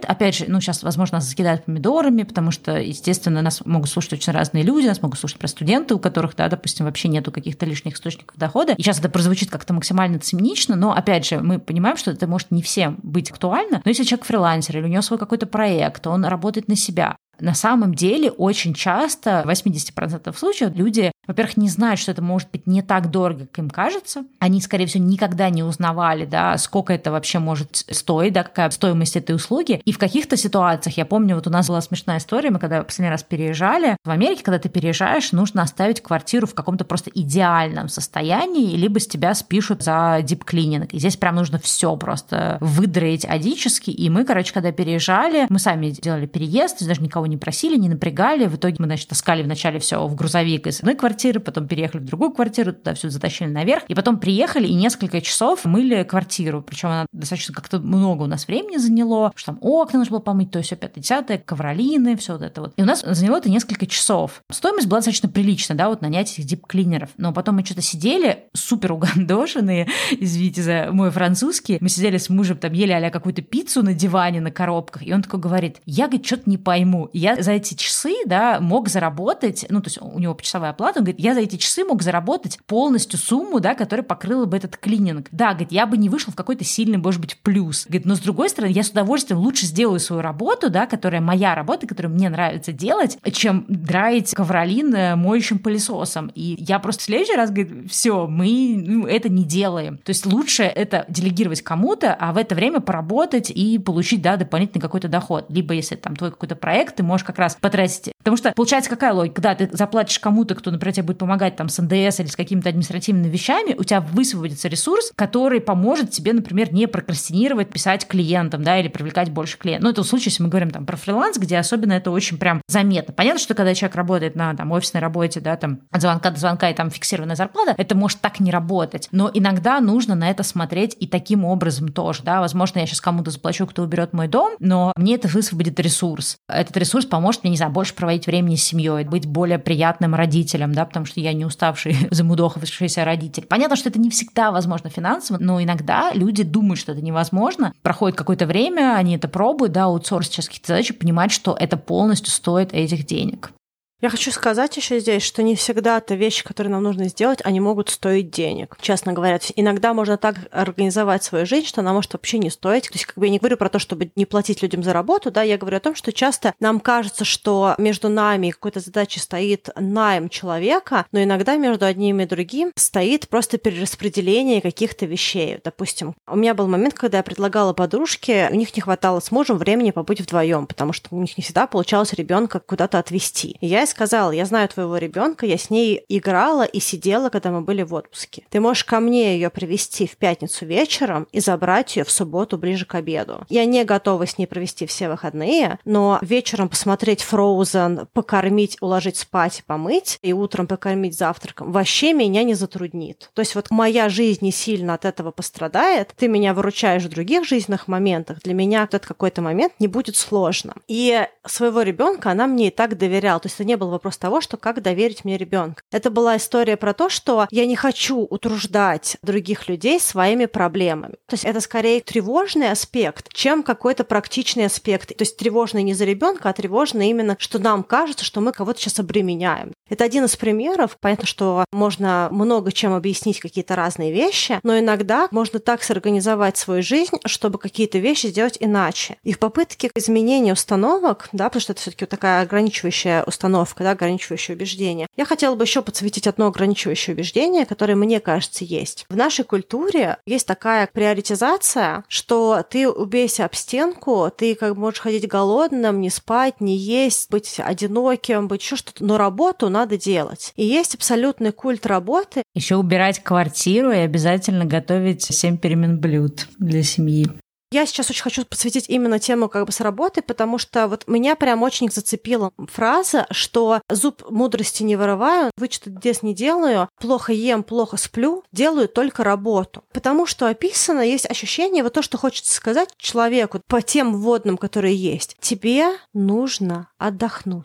сейчас, возможно, нас закидают помидорами, потому что, естественно, нас могут слушать очень разные люди, нас могут слушать про студенты, у которых, да, допустим, вообще нету каких-то лишних источников дохода. И сейчас это прозвучит как-то максимально цинично, но, опять же, мы понимаем, что это может не всем быть актуально, но если человек фрилансер или у него свой какой-то проект, он работает на себя, на самом деле очень часто, в 80% случаев, люди, во-первых, не знают, что это может быть не так дорого, как им кажется. Они, скорее всего, никогда не узнавали, да, сколько это вообще может стоить, да, какая стоимость этой услуги. И в каких-то ситуациях, я помню, вот у нас была смешная история, мы когда последний раз переезжали, в Америке, когда ты переезжаешь, нужно оставить квартиру в каком-то просто идеальном состоянии, либо с тебя спишут за дип-клининг. И здесь прям нужно все просто выдроить адически. И мы, когда переезжали, мы сами делали переезд, то есть даже никого не просили, не напрягали. В итоге мы, таскали вначале все в грузовик из одной квартиры, потом переехали в другую квартиру, туда все затащили наверх, и потом приехали и несколько часов мыли квартиру. Причем она достаточно как-то много у нас времени заняло, что там окна нужно было помыть, то все 5-10, ковролины, все вот это вот. И у нас заняло это несколько часов. Стоимость была достаточно приличная, да, вот нанять этих дип-клинеров. Но потом мы что-то сидели, супер угандошенные, извините за мой французский, мы сидели с мужем, там ели а-ля какую-то пиццу на диване, на коробках, и он такой говорит: я, говорит, что-то не пойму. Я за эти часы, да, мог заработать, то есть у него почасовая оплата, он говорит, я за эти часы мог заработать полностью сумму, да, которая покрыла бы этот клининг. Да, говорит, я бы не вышел в какой-то сильный, может быть, плюс. Говорит, но с другой стороны, я с удовольствием лучше сделаю свою работу, да, которая моя работа, которую мне нравится делать, чем драить ковролин моющим пылесосом. И я просто в следующий раз, говорит, все, мы это не делаем. То есть лучше это делегировать кому-то, а в это время поработать и получить, да, дополнительный какой-то доход. Либо если там твой какой-то проект, ты можешь как раз потратить. Потому что получается какая логика? Да, ты заплатишь кому-то, кто, например, тебе будет помогать там с НДС или с какими-то административными вещами, у тебя высвободится ресурс, который поможет тебе, например, не прокрастинировать, писать клиентам, да, или привлекать больше клиентов. Это в случае, если мы говорим там про фриланс, где особенно это очень прям заметно. Понятно, что когда человек работает на там офисной работе, да, там от звонка до звонка и там фиксированная зарплата, это может так не работать. Но иногда нужно на это смотреть и таким образом тоже, да. Возможно, я сейчас кому-то заплачу, кто уберет мой дом, но мне это высвободит ресурс. Этот ресурс поможет мне, не знаю, больше проводить времени с семьей, быть более приятным родителем, да, потому что я не уставший, замудохавшийся родитель. Понятно, что это не всегда возможно финансово, но иногда люди думают, что это невозможно. Проходит какое-то время, они это пробуют, да, аутсорсить сейчас какие-то задачи, понимать, что это полностью стоит этих денег. Я хочу сказать еще здесь, что не всегда те вещи, которые нам нужно сделать, они могут стоить денег. Честно говоря, иногда можно так организовать свою жизнь, что она может вообще не стоить. То есть я не говорю про то, чтобы не платить людям за работу, да, я говорю о том, что часто нам кажется, что между нами и какой-то задачей стоит найм человека, но иногда между одним и другим стоит просто перераспределение каких-то вещей. Допустим, у меня был момент, когда я предлагала подружке, у них не хватало с мужем времени побыть вдвоем, потому что у них не всегда получалось ребенка куда-то отвезти. И я сказала, я знаю твоего ребенка, я с ней играла и сидела, когда мы были в отпуске. Ты можешь ко мне ее привезти в пятницу вечером и забрать ее в субботу ближе к обеду. Я не готова с ней провести все выходные, но вечером посмотреть Frozen, покормить, уложить спать и помыть, и утром покормить завтраком вообще меня не затруднит. То есть вот моя жизнь не сильно от этого пострадает, ты меня выручаешь в других жизненных моментах, для меня этот какой-то момент не будет сложно. И своего ребенка она мне и так доверяла. То есть это не был вопрос того, что как доверить мне ребенка. Это была история про то, что я не хочу утруждать других людей своими проблемами. То есть это скорее тревожный аспект, чем какой-то практичный аспект. То есть тревожный не за ребенка, а тревожный именно, что нам кажется, что мы кого-то сейчас обременяем. Это один из примеров. Понятно, что можно много чем объяснить какие-то разные вещи, но иногда можно так сорганизовать свою жизнь, чтобы какие-то вещи сделать иначе. И в попытке изменения установок, да, потому что это все-таки вот такая ограничивающая установка, да, ограничивающее убеждение. Я хотела бы еще подсветить одно ограничивающее убеждение, которое, мне кажется, есть. В нашей культуре есть такая приоритизация, что ты убейся об стенку, ты как можешь ходить голодным, не спать, не есть, быть одиноким, быть еще что-то, но работу надо делать. И есть абсолютный культ работы. Еще убирать квартиру и обязательно готовить 7 перемен блюд для семьи. Я сейчас очень хочу посвятить именно тему с работы, потому что вот меня прям очень зацепила фраза, что зуб мудрости не вырываю, вычет дес не делаю, плохо ем, плохо сплю, делаю только работу. Потому что описано, есть ощущение, вот то, что хочется сказать человеку по тем вводным, которые есть. Тебе нужно отдохнуть.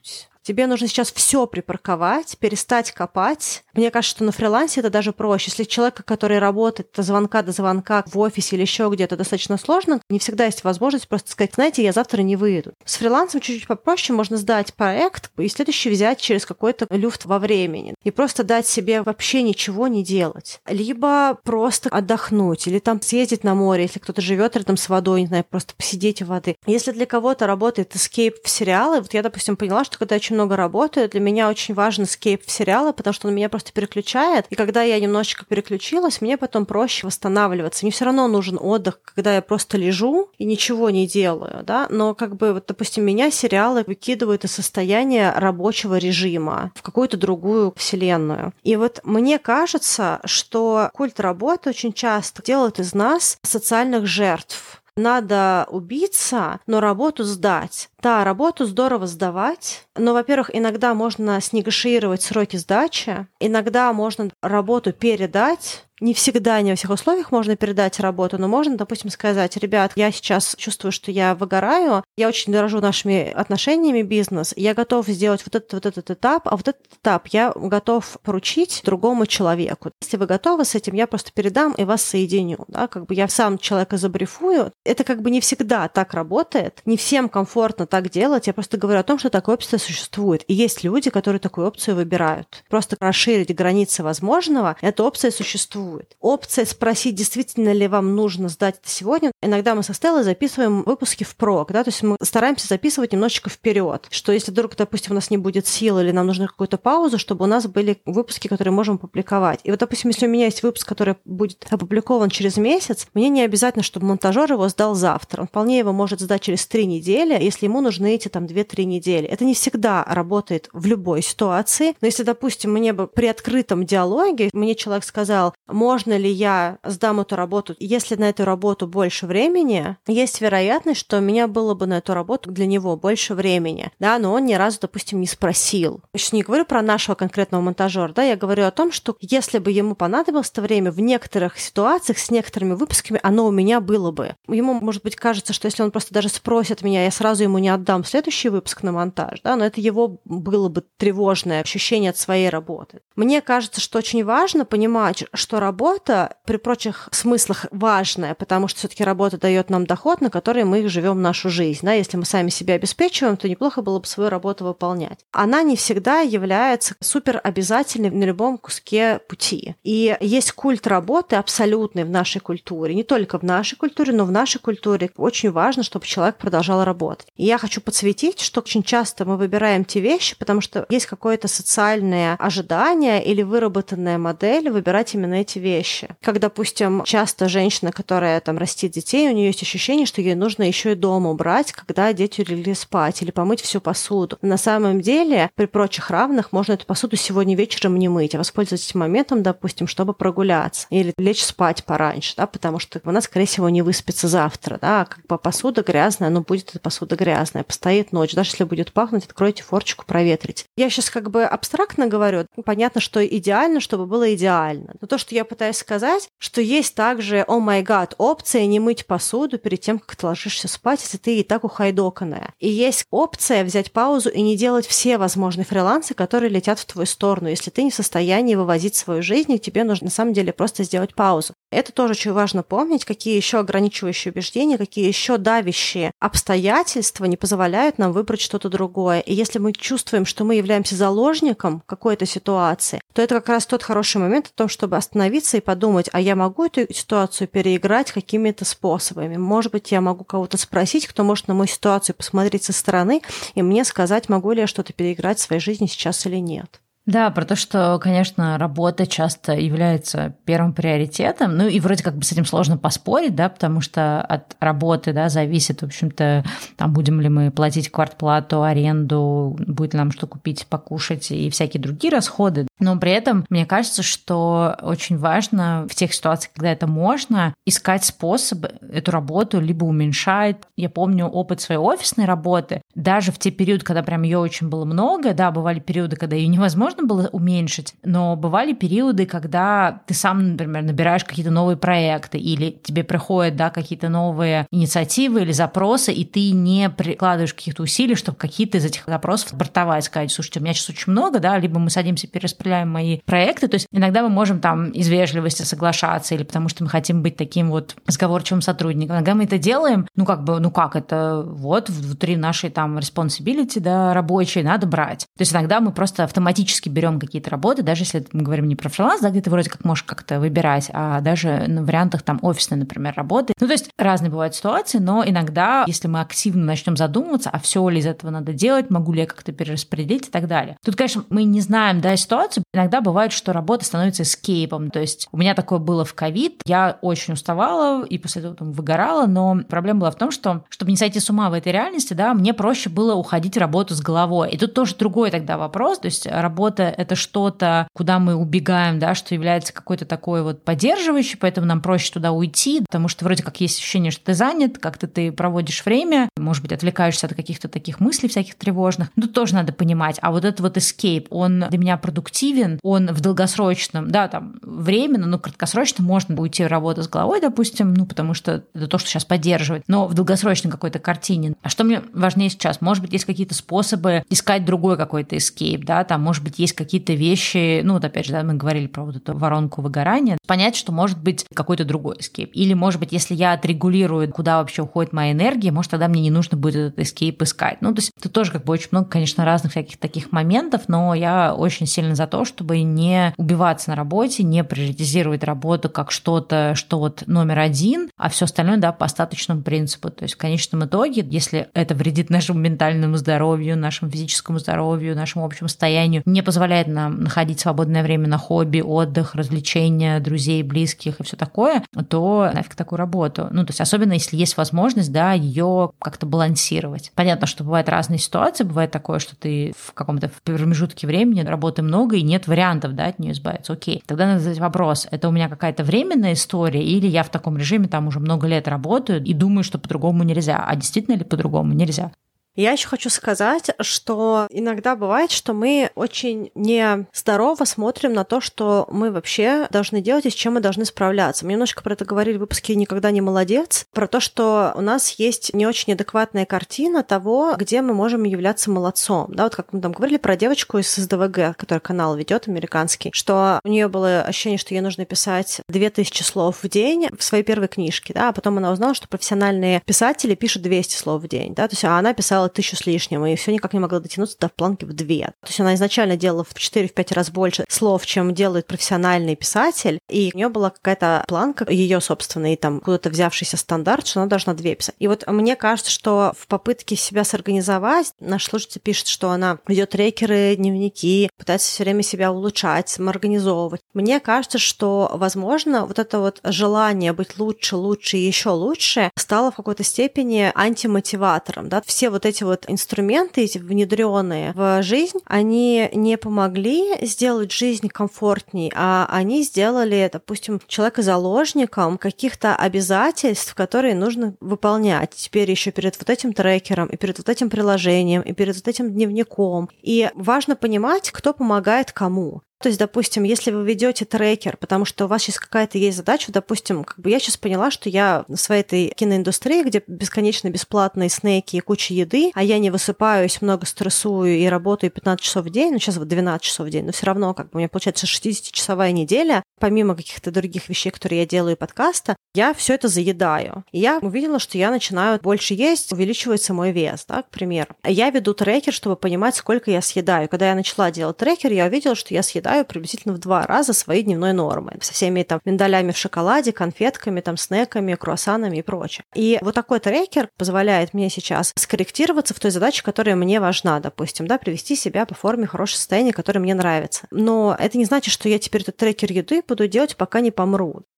Тебе нужно сейчас все припарковать, перестать копать. Мне кажется, что на фрилансе это даже проще. Если человек, который работает от звонка до звонка в офисе или еще где-то, достаточно сложно, не всегда есть возможность просто сказать, знаете, я завтра не выйду. С фрилансом чуть-чуть попроще, можно сдать проект и следующий взять через какой-то люфт во времени. И просто дать себе вообще ничего не делать. Либо просто отдохнуть, или там съездить на море, если кто-то живет рядом с водой, не знаю, просто посидеть у воды. Если для кого-то работает эскейп в сериалы, вот я, допустим, поняла, что когда я очень много работаю, для меня очень важен эскейп в сериалы, потому что он меня просто переключает. И когда я немножечко переключилась, мне потом проще восстанавливаться. Мне все равно нужен отдых, когда я просто лежу и ничего не делаю, да, но как бы, вот, допустим, меня сериалы выкидывают из состояния рабочего режима в какую-то другую вселенную. И вот мне кажется, что культ работы очень часто делает из нас социальных жертв. Надо убиться, но работу сдать. Да, работу здорово сдавать, но, во-первых, иногда можно снегошировать сроки сдачи, иногда можно работу передать. Не всегда, не во всех условиях можно передать работу, но можно, допустим, сказать, ребят, я сейчас чувствую, что я выгораю, я очень дорожу нашими отношениями бизнес, я готов сделать вот этот этап, а вот этот этап я готов поручить другому человеку. Если вы готовы с этим, я просто передам и вас соединю. Да? Как бы я сам человека забрифую. Это как бы не всегда так работает, не всем комфортно так делать. Я просто говорю о том, что такая опция существует. И есть люди, которые такую опцию выбирают. Просто расширить границы возможного, эта опция существует. Опция спросить, действительно ли вам нужно сдать это сегодня. Иногда мы со Стеллой записываем выпуски впрок, да, то есть мы стараемся записывать немножечко вперед, что если вдруг, допустим, у нас не будет сил или нам нужна какую-то паузу, чтобы у нас были выпуски, которые можем публиковать. И вот, допустим, если у меня есть выпуск, который будет опубликован через месяц, мне не обязательно, чтобы монтажер его сдал завтра. Он вполне его может сдать через 3 недели, если ему нужны эти там 2-3 недели. Это не всегда работает в любой ситуации, но если, допустим, мне бы при открытом диалоге мне человек сказал, можно ли я сдам эту работу, если на эту работу больше времени, есть вероятность, что у меня было бы на эту работу для него больше времени, да, но он ни разу, допустим, не спросил. Я сейчас не говорю про нашего конкретного монтажера, да, я говорю о том, что если бы ему понадобилось это время, в некоторых ситуациях с некоторыми выпусками оно у меня было бы. Ему, может быть, кажется, что если он просто даже спросит меня, я сразу ему не отдам следующий выпуск на монтаж, да, но это его было бы тревожное ощущение от своей работы. Мне кажется, что очень важно понимать, что работа при прочих смыслах важная, потому что все-таки работа дает нам доход, на который мы живем нашу жизнь. Да? Если мы сами себя обеспечиваем, то неплохо было бы свою работу выполнять. Она не всегда является супер обязательной на любом куске пути. И есть культ работы абсолютный в нашей культуре. Не только в нашей культуре, но в нашей культуре очень важно, чтобы человек продолжал работать. И я хочу подсветить, что очень часто мы выбираем те вещи, потому что есть какое-то социальное ожидание или выработанная модель выбирать именно эти вещи. Как, допустим, часто женщина, которая там растит детей, у нее есть ощущение, что ей нужно еще и дома убрать, когда дети легли спать, или помыть всю посуду. На самом деле, при прочих равных, можно эту посуду сегодня вечером не мыть, а воспользоваться этим моментом, допустим, чтобы прогуляться или лечь спать пораньше, да, потому что она, скорее всего, не выспится завтра, да, как бы посуда грязная, но будет эта посуда грязная, постоит ночь, даже если будет пахнуть, откройте форточку, проветрите. Я сейчас как бы абстрактно говорю, понятно, что идеально, чтобы было идеально, но то, что я пытаюсь сказать, что есть также, о май гад, опция не мыть посуду перед тем, как ты ложишься спать, если ты и так ухайдоканная. И есть опция взять паузу и не делать все возможные фрилансы, которые летят в твою сторону. Если ты не в состоянии вывозить свою жизнь, и тебе нужно на самом деле просто сделать паузу. Это тоже очень важно помнить, какие еще ограничивающие убеждения, какие еще давящие обстоятельства не позволяют нам выбрать что-то другое. И если мы чувствуем, что мы являемся заложником какой-то ситуации, то это как раз тот хороший момент о том, чтобы остановиться и подумать, а я могу эту ситуацию переиграть какими-то способами? Может быть, я могу кого-то спросить, кто может на мою ситуацию посмотреть со стороны и мне сказать, могу ли я что-то переиграть в своей жизни сейчас или нет. Да, про то, что, конечно, работа часто является первым приоритетом, ну и вроде как бы с этим сложно поспорить, да, потому что от работы, да, зависит, в общем-то, там, будем ли мы платить квартплату, аренду, будет ли нам что купить, покушать и всякие другие расходы. Но при этом мне кажется, что очень важно в тех ситуациях, когда это можно, искать способ эту работу либо уменьшать. Я помню опыт своей офисной работы, даже в те периоды, когда прям ее очень было много, да, бывали периоды, когда ее невозможно можно было уменьшить, но бывали периоды, когда ты сам, например, набираешь какие-то новые проекты или тебе приходят, да, какие-то новые инициативы или запросы, и ты не прикладываешь каких-то усилий, чтобы какие-то из этих запросов бортовать, сказать: слушайте, у меня сейчас очень много, да, либо мы садимся, перераспределяем мои проекты, то есть иногда мы можем там из вежливости соглашаться или потому что мы хотим быть таким вот разговорчивым сотрудником. Иногда мы это делаем, это вот внутри нашей там responsibility, да, рабочей, надо брать. То есть иногда мы просто автоматически берем какие-то работы, даже если мы говорим не про фриланс, да, где ты вроде как можешь как-то выбирать, а даже на вариантах там офисной, например, работы. То есть разные бывают ситуации, но иногда, если мы активно начнем задумываться, а все ли из этого надо делать, могу ли я как-то перераспределить и так далее. Тут, конечно, мы не знаем, да, ситуацию. Иногда бывает, что работа становится эскейпом. То есть у меня такое было в ковид. Я очень уставала и после этого там выгорала, но проблема была в том, что, чтобы не сойти с ума в этой реальности, да, мне проще было уходить в работу с головой. И тут тоже другой тогда вопрос. То есть работа — это что-то, куда мы убегаем, да, что является какой-то такой вот поддерживающей, поэтому нам проще туда уйти, потому что вроде как есть ощущение, что ты занят, как-то ты проводишь время, может быть, отвлекаешься от каких-то таких мыслей всяких тревожных. Тут тоже надо понимать. А вот этот вот escape, он для меня продуктивен, он в долгосрочном, да, там, временно, но краткосрочно можно уйти в работу с головой, допустим, потому что это то, что сейчас поддерживает, но в долгосрочной какой-то картине. А что мне важнее сейчас? Может быть, есть какие-то способы искать другой какой-то escape, да, там, может быть, есть какие-то вещи, опять же, да, мы говорили про вот эту воронку выгорания, понять, что может быть какой-то другой escape. Или, может быть, если я отрегулирую, куда вообще уходит моя энергия, может, тогда мне не нужно будет этот escape искать. То есть тут тоже как бы очень много, конечно, разных всяких таких моментов, но я очень сильно за то, чтобы не убиваться на работе, не приоритизировать работу как что-то, что вот номер один, а все остальное, да, по остаточному принципу. То есть в конечном итоге, если это вредит нашему ментальному здоровью, нашему физическому здоровью, нашему общему состоянию, не позволяет нам находить свободное время на хобби, отдых, развлечения, друзей, близких и все такое, то нафиг такую работу. То есть особенно если есть возможность, да, ее как-то балансировать. Понятно, что бывают разные ситуации, бывает такое, что ты в каком-то промежутке времени работы много и нет вариантов, да, от нее избавиться. Окей. Тогда надо задать вопрос: это у меня какая-то временная история или я в таком режиме там уже много лет работаю и думаю, что по-другому нельзя, а действительно ли по-другому нельзя? Я еще хочу сказать, что иногда бывает, что мы очень нездорово смотрим на то, что мы вообще должны делать и с чем мы должны справляться. Мы немножко про это говорили в выпуске «Никогда не молодец», про то, что у нас есть не очень адекватная картина того, где мы можем являться молодцом. Да, вот как мы там говорили про девочку из СДВГ, которая канал ведет американский, что у нее было ощущение, что ей нужно писать 2000 слов в день в своей первой книжке, да, а потом она узнала, что профессиональные писатели пишут 200 слов в день, да, то есть она писала 1000 с лишним, и все никак не могла дотянуться до планки в 2. То есть она изначально делала в 4-5 раз больше слов, чем делает профессиональный писатель, и у нее была какая-то планка, ее собственный, там, куда-то взявшийся стандарт, что она должна 2 писать. И вот мне кажется, что в попытке себя сорганизовать, наш слушатель пишет, что она ведет трекеры, дневники, пытается все время себя улучшать, самоорганизовывать. Мне кажется, что, возможно, вот это вот желание быть лучше, лучше и еще лучше стало в какой-то степени антимотиватором, да, все вот эти вот инструменты, эти внедренные в жизнь, они не помогли сделать жизнь комфортней, а они сделали, допустим, человека заложником каких-то обязательств, которые нужно выполнять. Теперь еще перед вот этим трекером, и перед вот этим приложением, и перед вот этим дневником. И важно понимать, кто помогает кому. То есть, допустим, если вы ведете трекер, потому что у вас сейчас какая-то есть задача, допустим, я сейчас поняла, что я в своей этой киноиндустрии, где бесконечно бесплатные снеки и куча еды, а я не высыпаюсь, много стрессую и работаю 15 часов в день, сейчас вот 12 часов в день, но все равно у меня получается 60-часовая неделя, помимо каких-то других вещей, которые я делаю, подкаста, я все это заедаю. И я увидела, что я начинаю больше есть, увеличивается мой вес, да, к примеру. Я веду трекер, чтобы понимать, сколько я съедаю. Когда я начала делать трекер, я увидела, что я съедаю приблизительно в 2 раза своей дневной нормы. Со всеми там миндалями в шоколаде, конфетками, там, снеками, круассанами и прочее. И вот такой трекер позволяет мне сейчас скорректироваться в той задаче, которая мне важна, допустим, да, привести себя по форме хорошее состояние, которое мне нравится. Но это не значит, что я теперь этот трекер еды буду делать, пока не помру.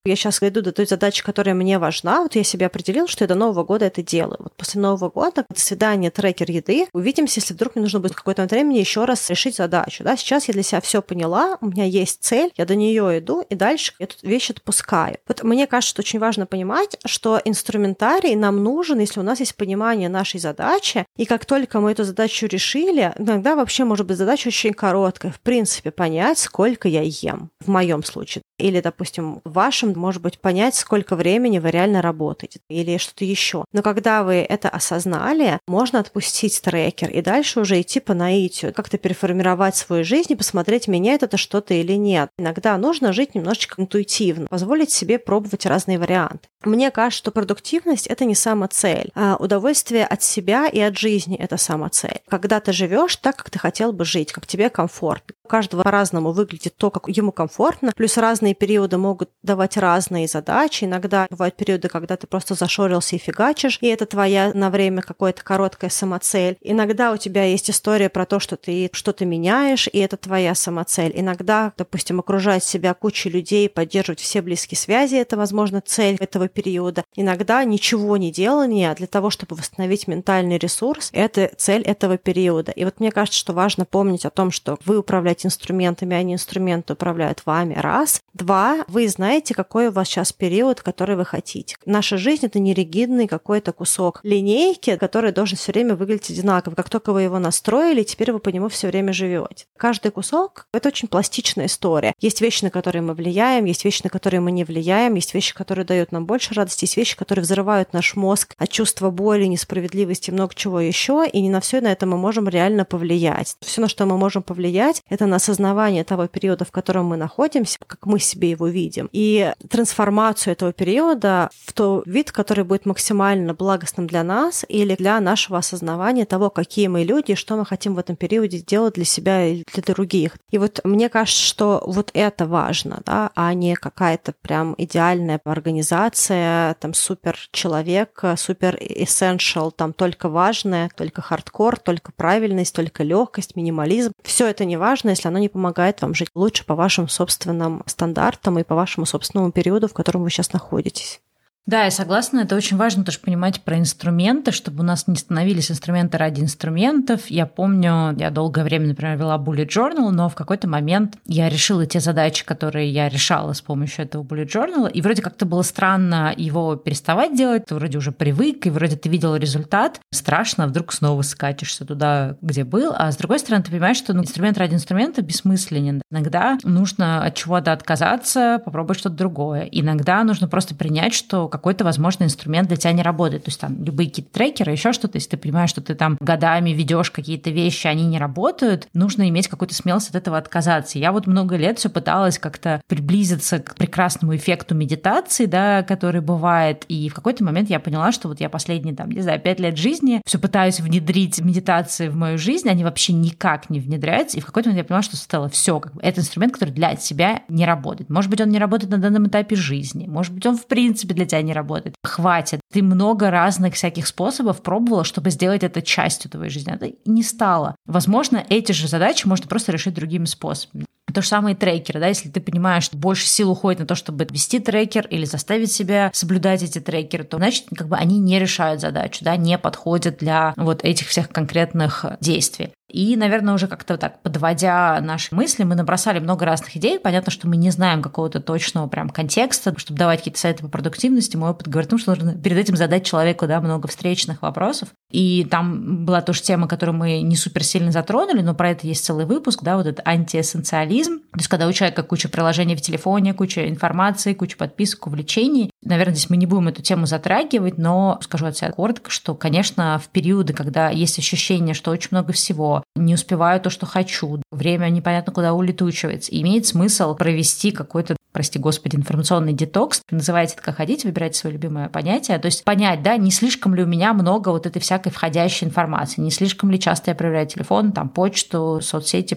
Я сейчас дойду до той задачи, которая мне важна. Вот я себе определила, что я до Нового года это делаю. Вот после Нового года, до свидания, трекер еды. Увидимся, если вдруг мне нужно будет в какое-то времени еще раз решить задачу. Да? Сейчас я для себя все поняла, у меня есть цель, я до нее иду, и дальше эту вещь отпускаю. Вот мне кажется, что очень важно понимать, что инструментарий нам нужен, если у нас есть понимание нашей задачи, и как только мы эту задачу решили, иногда вообще может быть задача очень короткая, в принципе, понять, сколько я ем, в моем случае. Или, допустим, в вашем, может быть, понять, сколько времени вы реально работаете, или что-то еще. Но когда вы это осознали, можно отпустить трекер и дальше уже идти по наитию, как-то переформировать свою жизнь и посмотреть, меняет это что-то или нет. Иногда нужно жить немножечко интуитивно, позволить себе пробовать разные варианты. Мне кажется, что продуктивность — это не самоцель, а удовольствие от себя и от жизни — это самоцель. Когда ты живешь так, как ты хотел бы жить, как тебе комфортно. У каждого по-разному выглядит то, как ему комфортно, плюс разные периоды могут давать разные задачи. Иногда бывают периоды, когда ты просто зашорился и фигачишь, и это твоя на время какая-то короткая самоцель. Иногда у тебя есть история про то, что ты что-то меняешь, и это твоя самоцель. Иногда, допустим, окружать себя кучей людей, поддерживать все близкие связи — это, возможно, цель этого периода. Иногда ничего не делание для того, чтобы восстановить ментальный ресурс — это цель этого периода. И вот мне кажется, что важно помнить о том, что вы управляете инструментами, а не инструменты управляют вами. Раз. Два. Вы знаете, какой у вас сейчас период, который вы хотите. Наша жизнь — это не ригидный какой-то кусок линейки, который должен все время выглядеть одинаково. Как только вы его настроили, теперь вы по нему все время живете. Каждый кусок — это очень пластичная история. Есть вещи, на которые мы влияем, есть вещи, на которые мы не влияем, есть вещи, которые дают нам больше радости, есть вещи, которые взрывают наш мозг от чувства боли, несправедливости и много чего еще, и не на все на это мы можем реально повлиять. Все, на что мы можем повлиять, это на осознавание того периода, в котором мы находимся, как мы себе его видим, и трансформацию этого периода в тот вид, который будет максимально благостным для нас или для нашего осознавания того, какие мы люди и что мы хотим в этом периоде делать для себя и для других. И вот мне кажется, что вот это важно, да, а не какая-то прям идеальная организация, там супер человек, супер essential, там только важное, только хардкор, только правильность, только легкость, минимализм. Все это не важно, если оно не помогает вам жить лучше по вашим собственным стандартам и по вашему собственному периоду, в котором вы сейчас находитесь. Да, я согласна, это очень важно тоже понимать про инструменты, чтобы у нас не становились инструменты ради инструментов. Я помню, я долгое время, например, вела bullet journal, но в какой-то момент я решила те задачи, которые я решала с помощью этого bullet journal, и вроде как-то было странно его переставать делать, ты вроде уже привык, и вроде ты видел результат, страшно, вдруг снова скатишься туда, где был, а с другой стороны ты понимаешь, что инструмент ради инструмента бессмысленен. Иногда нужно от чего-то отказаться, попробовать что-то другое. Иногда нужно просто принять, что какой-то, возможно, инструмент для тебя не работает. То есть там любые какие-то трекеры, еще что-то, если ты понимаешь, что ты там годами ведешь какие-то вещи, они не работают, нужно иметь какую-то смелость от этого отказаться. Я вот много лет все пыталась как-то приблизиться к прекрасному эффекту медитации, да, который бывает, и в какой-то момент я поняла, что вот я последние, там, не знаю, 5 лет жизни все пытаюсь внедрить медитации в мою жизнь, они вообще никак не внедряются, и в какой-то момент я поняла, что Стелла, все, как бы, это инструмент, который для тебя не работает. Может быть, он не работает на данном этапе жизни, может быть, он в принципе для тебя не работает. Хватит. Ты много разных всяких способов пробовала, чтобы сделать это частью твоей жизни. Это не стало. Возможно, эти же задачи можно просто решить другими способами. То же самое и трекеры, да, если ты понимаешь, что больше сил уходит на то, чтобы вести трекер или заставить себя соблюдать эти трекеры, то значит, как бы они не решают задачу, да, не подходят для вот этих всех конкретных действий. И, наверное, уже как-то так, подводя наши мысли, мы набросали много разных идей. Понятно, что мы не знаем какого-то точного прям контекста, чтобы давать какие-то советы по продуктивности. Мой опыт говорит о том, что нужно перед этим задать человеку, да, много встречных вопросов. И там была тоже тема, которую мы не супер сильно затронули, но про это есть целый выпуск, да, вот этот антиэссенциализм. То есть когда у человека куча приложений в телефоне, куча информации, куча подписок, увлечений. Наверное, здесь мы не будем эту тему затрагивать, но скажу от себя коротко, что, конечно, в периоды, когда есть ощущение, что очень много всего, не успеваю то, что хочу, время непонятно куда улетучивается, имеет смысл провести какой-то, прости господи, информационный детокс. Называйте это как хотите, выбирайте свое любимое понятие. То есть понять, да, не слишком ли у меня много вот этой всякой входящей информации, не слишком ли часто я проверяю телефон, там, почту, соцсети и прочее.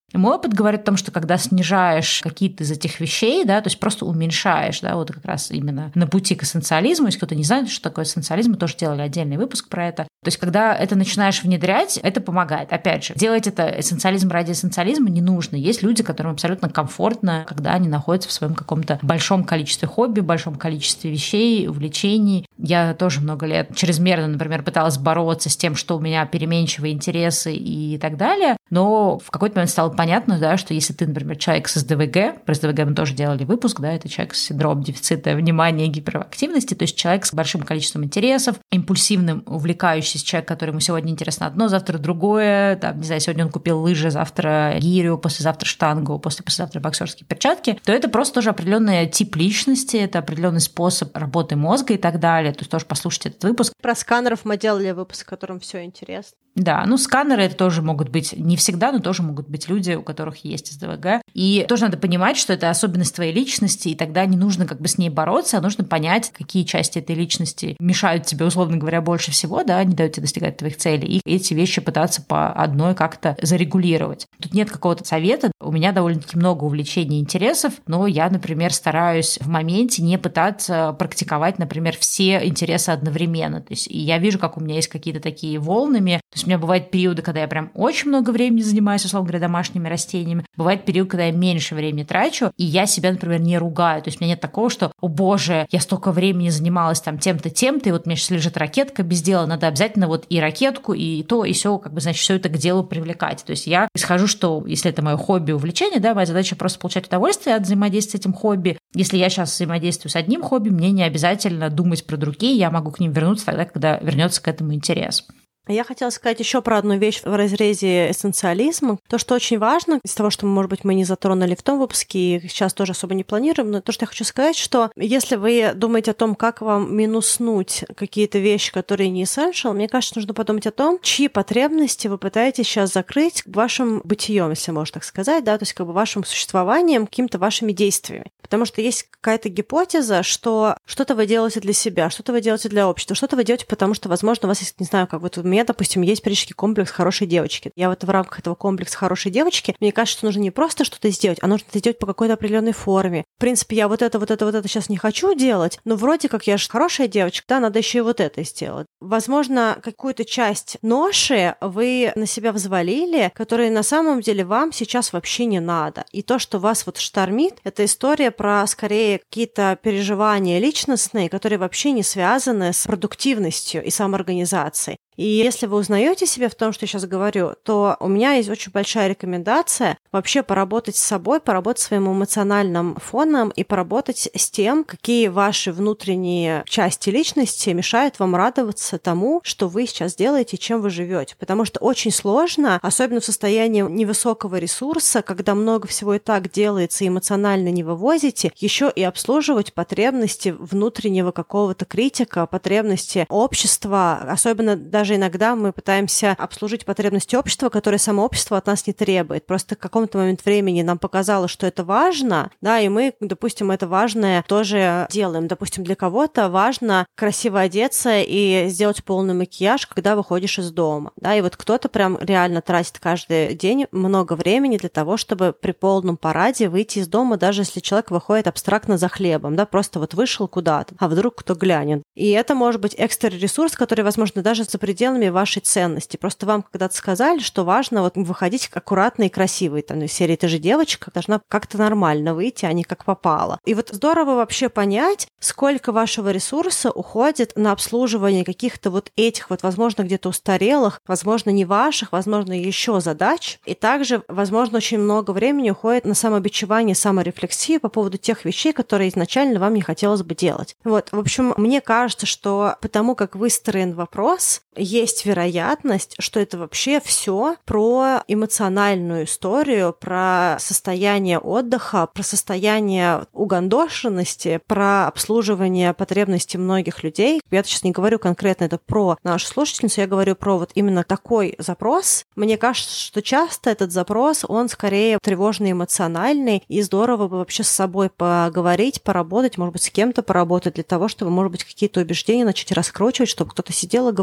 Мой опыт говорит о том, что когда снижаешь какие-то из этих вещей, да, то есть просто уменьшаешь, да, вот как раз именно на пути к эссенциализму, если кто-то не знает, что такое эссенциализм, мы тоже делали отдельный выпуск про это. То есть когда это начинаешь внедрять, это помогает. Опять же, делать это эссенциализм ради эссенциализма не нужно. Есть люди, которым абсолютно комфортно, когда они находятся в своем каком-то большом количестве хобби, большом количестве вещей, увлечений. Я тоже много лет чрезмерно, например, пыталась бороться с тем, что у меня переменчивые интересы и так далее, но в какой-то момент стало понятно, да, что если ты, например, человек с СДВГ, про СДВГ мы тоже делали выпуск, да, это человек с синдромом дефицита внимания и гиперактивности, то есть человек с большим количеством интересов, импульсивным, увлекающийся человек, который ему сегодня интересно одно, завтра другое, там, не знаю, сегодня он купил лыжи, завтра гирю, послезавтра штангу, послезавтра боксерские перчатки, то это просто тоже определенный тип личности, это определенный способ работы мозга и так далее. То есть тоже послушайте этот выпуск. Про сканеров мы делали выпуск, в котором все интересно. Да, ну сканеры это тоже могут быть не всегда, но тоже могут быть люди, у которых есть СДВГ. И тоже надо понимать, что это особенность твоей личности, и тогда не нужно как бы с ней бороться, а нужно понять, какие части этой личности мешают тебе, условно говоря, больше всего, да, не дают тебе достигать твоих целей, и эти вещи пытаться по одной как-то зарегулировать. Тут нет какого-то совета. У меня довольно-таки много увлечений и интересов, но я, например, стараюсь в моменте не пытаться практиковать, например, все интересы одновременно. То есть и я вижу, как у меня есть какие-то такие волнами. То есть у меня бывают периоды, когда я прям очень много времени занимаюсь, условно говоря, домашними растениями. Бывает период, когда я меньше времени трачу, и я себя, например, не ругаю. То есть у меня нет такого, что, о боже, я столько времени занималась там тем-то, тем-то, и вот у меня сейчас лежит ракетка без дела, надо обязательно вот и ракетку, и то, и все, как бы, значит, все это к делу привлекать. То есть я исхожу, что если это мое хобби, увлечение, да, моя задача просто получать удовольствие от взаимодействия с этим хобби. Если я сейчас взаимодействую с одним хобби, мне не обязательно думать про другие, я могу к ним вернуться тогда, когда вернется к этому интерес. Я хотела сказать еще про одну вещь в разрезе эссенциализма. То, что очень важно, из того, что, может быть, мы не затронули в том выпуске, и сейчас тоже особо не планируем, но то, что я хочу сказать, что если вы думаете о том, как вам минуснуть какие-то вещи, которые не essential, мне кажется, нужно подумать о том, чьи потребности вы пытаетесь сейчас закрыть вашим бытием, если можно так сказать, да, то есть как бы вашим существованием, какими-то вашими действиями. Потому что есть какая-то гипотеза, что что-то вы делаете для себя, что-то вы делаете для общества, что-то вы делаете, потому что, возможно, у вас есть, не знаю, как вот у меня, допустим, есть периодически комплекс хорошей девочки. Я вот в рамках этого комплекса хорошей девочки, мне кажется, что нужно не просто что-то сделать, а нужно это сделать по какой-то определенной форме. В принципе, я вот это сейчас не хочу делать, но вроде как я же хорошая девочка, да, надо еще и вот это сделать. Возможно, какую-то часть ноши вы на себя взвалили, которые на самом деле вам сейчас вообще не надо. И то, что вас вот штормит, это история про, скорее, какие-то переживания личностные, которые вообще не связаны с продуктивностью и самоорганизацией. И если вы узнаете себя в том, что я сейчас говорю, то у меня есть очень большая рекомендация вообще поработать с собой, поработать с своим эмоциональным фоном и поработать с тем, какие ваши внутренние части личности мешают вам радоваться тому, что вы сейчас делаете, чем вы живете. Потому что очень сложно, особенно в состоянии невысокого ресурса, когда много всего и так делается, и эмоционально не вывозите, еще и обслуживать потребности внутреннего какого-то критика, потребности общества, особенно даже иногда мы пытаемся обслужить потребности общества, которые само общество от нас не требует. Просто в каком-то момент времени нам показалось, что это важно, да, и мы, допустим, это важное тоже делаем. Допустим, для кого-то важно красиво одеться и сделать полный макияж, когда выходишь из дома, да, и вот кто-то прям реально тратит каждый день много времени для того, чтобы при полном параде выйти из дома, даже если человек выходит абстрактно за хлебом, да, просто вот вышел куда-то, а вдруг кто глянет. И это может быть экстра ресурс, который, возможно, даже за пределами вашей ценности. Просто вам когда-то сказали, что важно вот выходить аккуратно и красиво. Там, из серии «Ты же девочка», должна как-то нормально выйти, а не как попало. И вот здорово вообще понять, сколько вашего ресурса уходит на обслуживание каких-то вот этих вот, возможно, где-то устарелых, возможно, не ваших, возможно, еще задач. И также, возможно, очень много времени уходит на самобичевание, саморефлексию по поводу тех вещей, которые изначально вам не хотелось бы делать. Вот, в общем, мне кажется, что потому как выстроен вопрос, есть вероятность, что это вообще все про эмоциональную историю, про состояние отдыха, про состояние угандошенности, про обслуживание потребностей многих людей. Я сейчас не говорю конкретно это про нашу слушательницу, я говорю про вот именно такой запрос. Мне кажется, что часто этот запрос, он скорее тревожный, эмоциональный, и здорово бы вообще с собой поговорить, поработать, может быть, с кем-то поработать для того, чтобы, может быть, какие-то убеждения начать раскручивать, чтобы кто-то сидел и говорил: а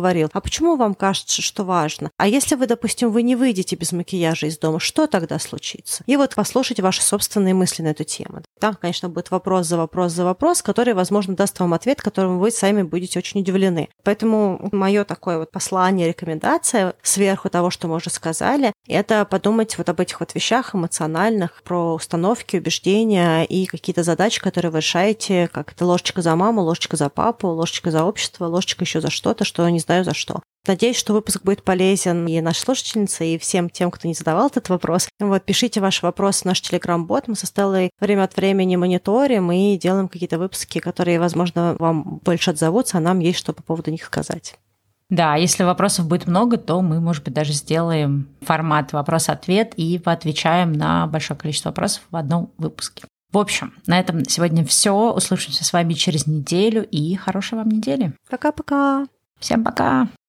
почему вам кажется, что важно? А если вы, допустим, вы не выйдете без макияжа из дома, что тогда случится? И вот послушайте ваши собственные мысли на эту тему. Там, конечно, будет вопрос за вопрос за вопрос, который, возможно, даст вам ответ, которым вы сами будете очень удивлены. Поэтому мое такое вот послание, рекомендация сверху того, что мы уже сказали, это подумать вот об этих вот вещах эмоциональных, про установки, убеждения и какие-то задачи, которые вы решаете, как это ложечка за маму, ложечка за папу, ложечка за общество, ложечка еще за что-то, что не знаю за что. Надеюсь, что выпуск будет полезен и нашей слушательнице, и всем тем, кто не задавал этот вопрос. Вот, пишите ваши вопросы в наш Telegram-бот. Мы со Стеллой время от времени мониторим и делаем какие-то выпуски, которые, возможно, вам больше отзовутся, а нам есть что по поводу них сказать. Да, если вопросов будет много, то мы, может быть, даже сделаем формат вопрос-ответ и поотвечаем на большое количество вопросов в одном выпуске. В общем, на этом сегодня все. Услышимся с вами через неделю и хорошей вам недели. Пока-пока. Всем пока.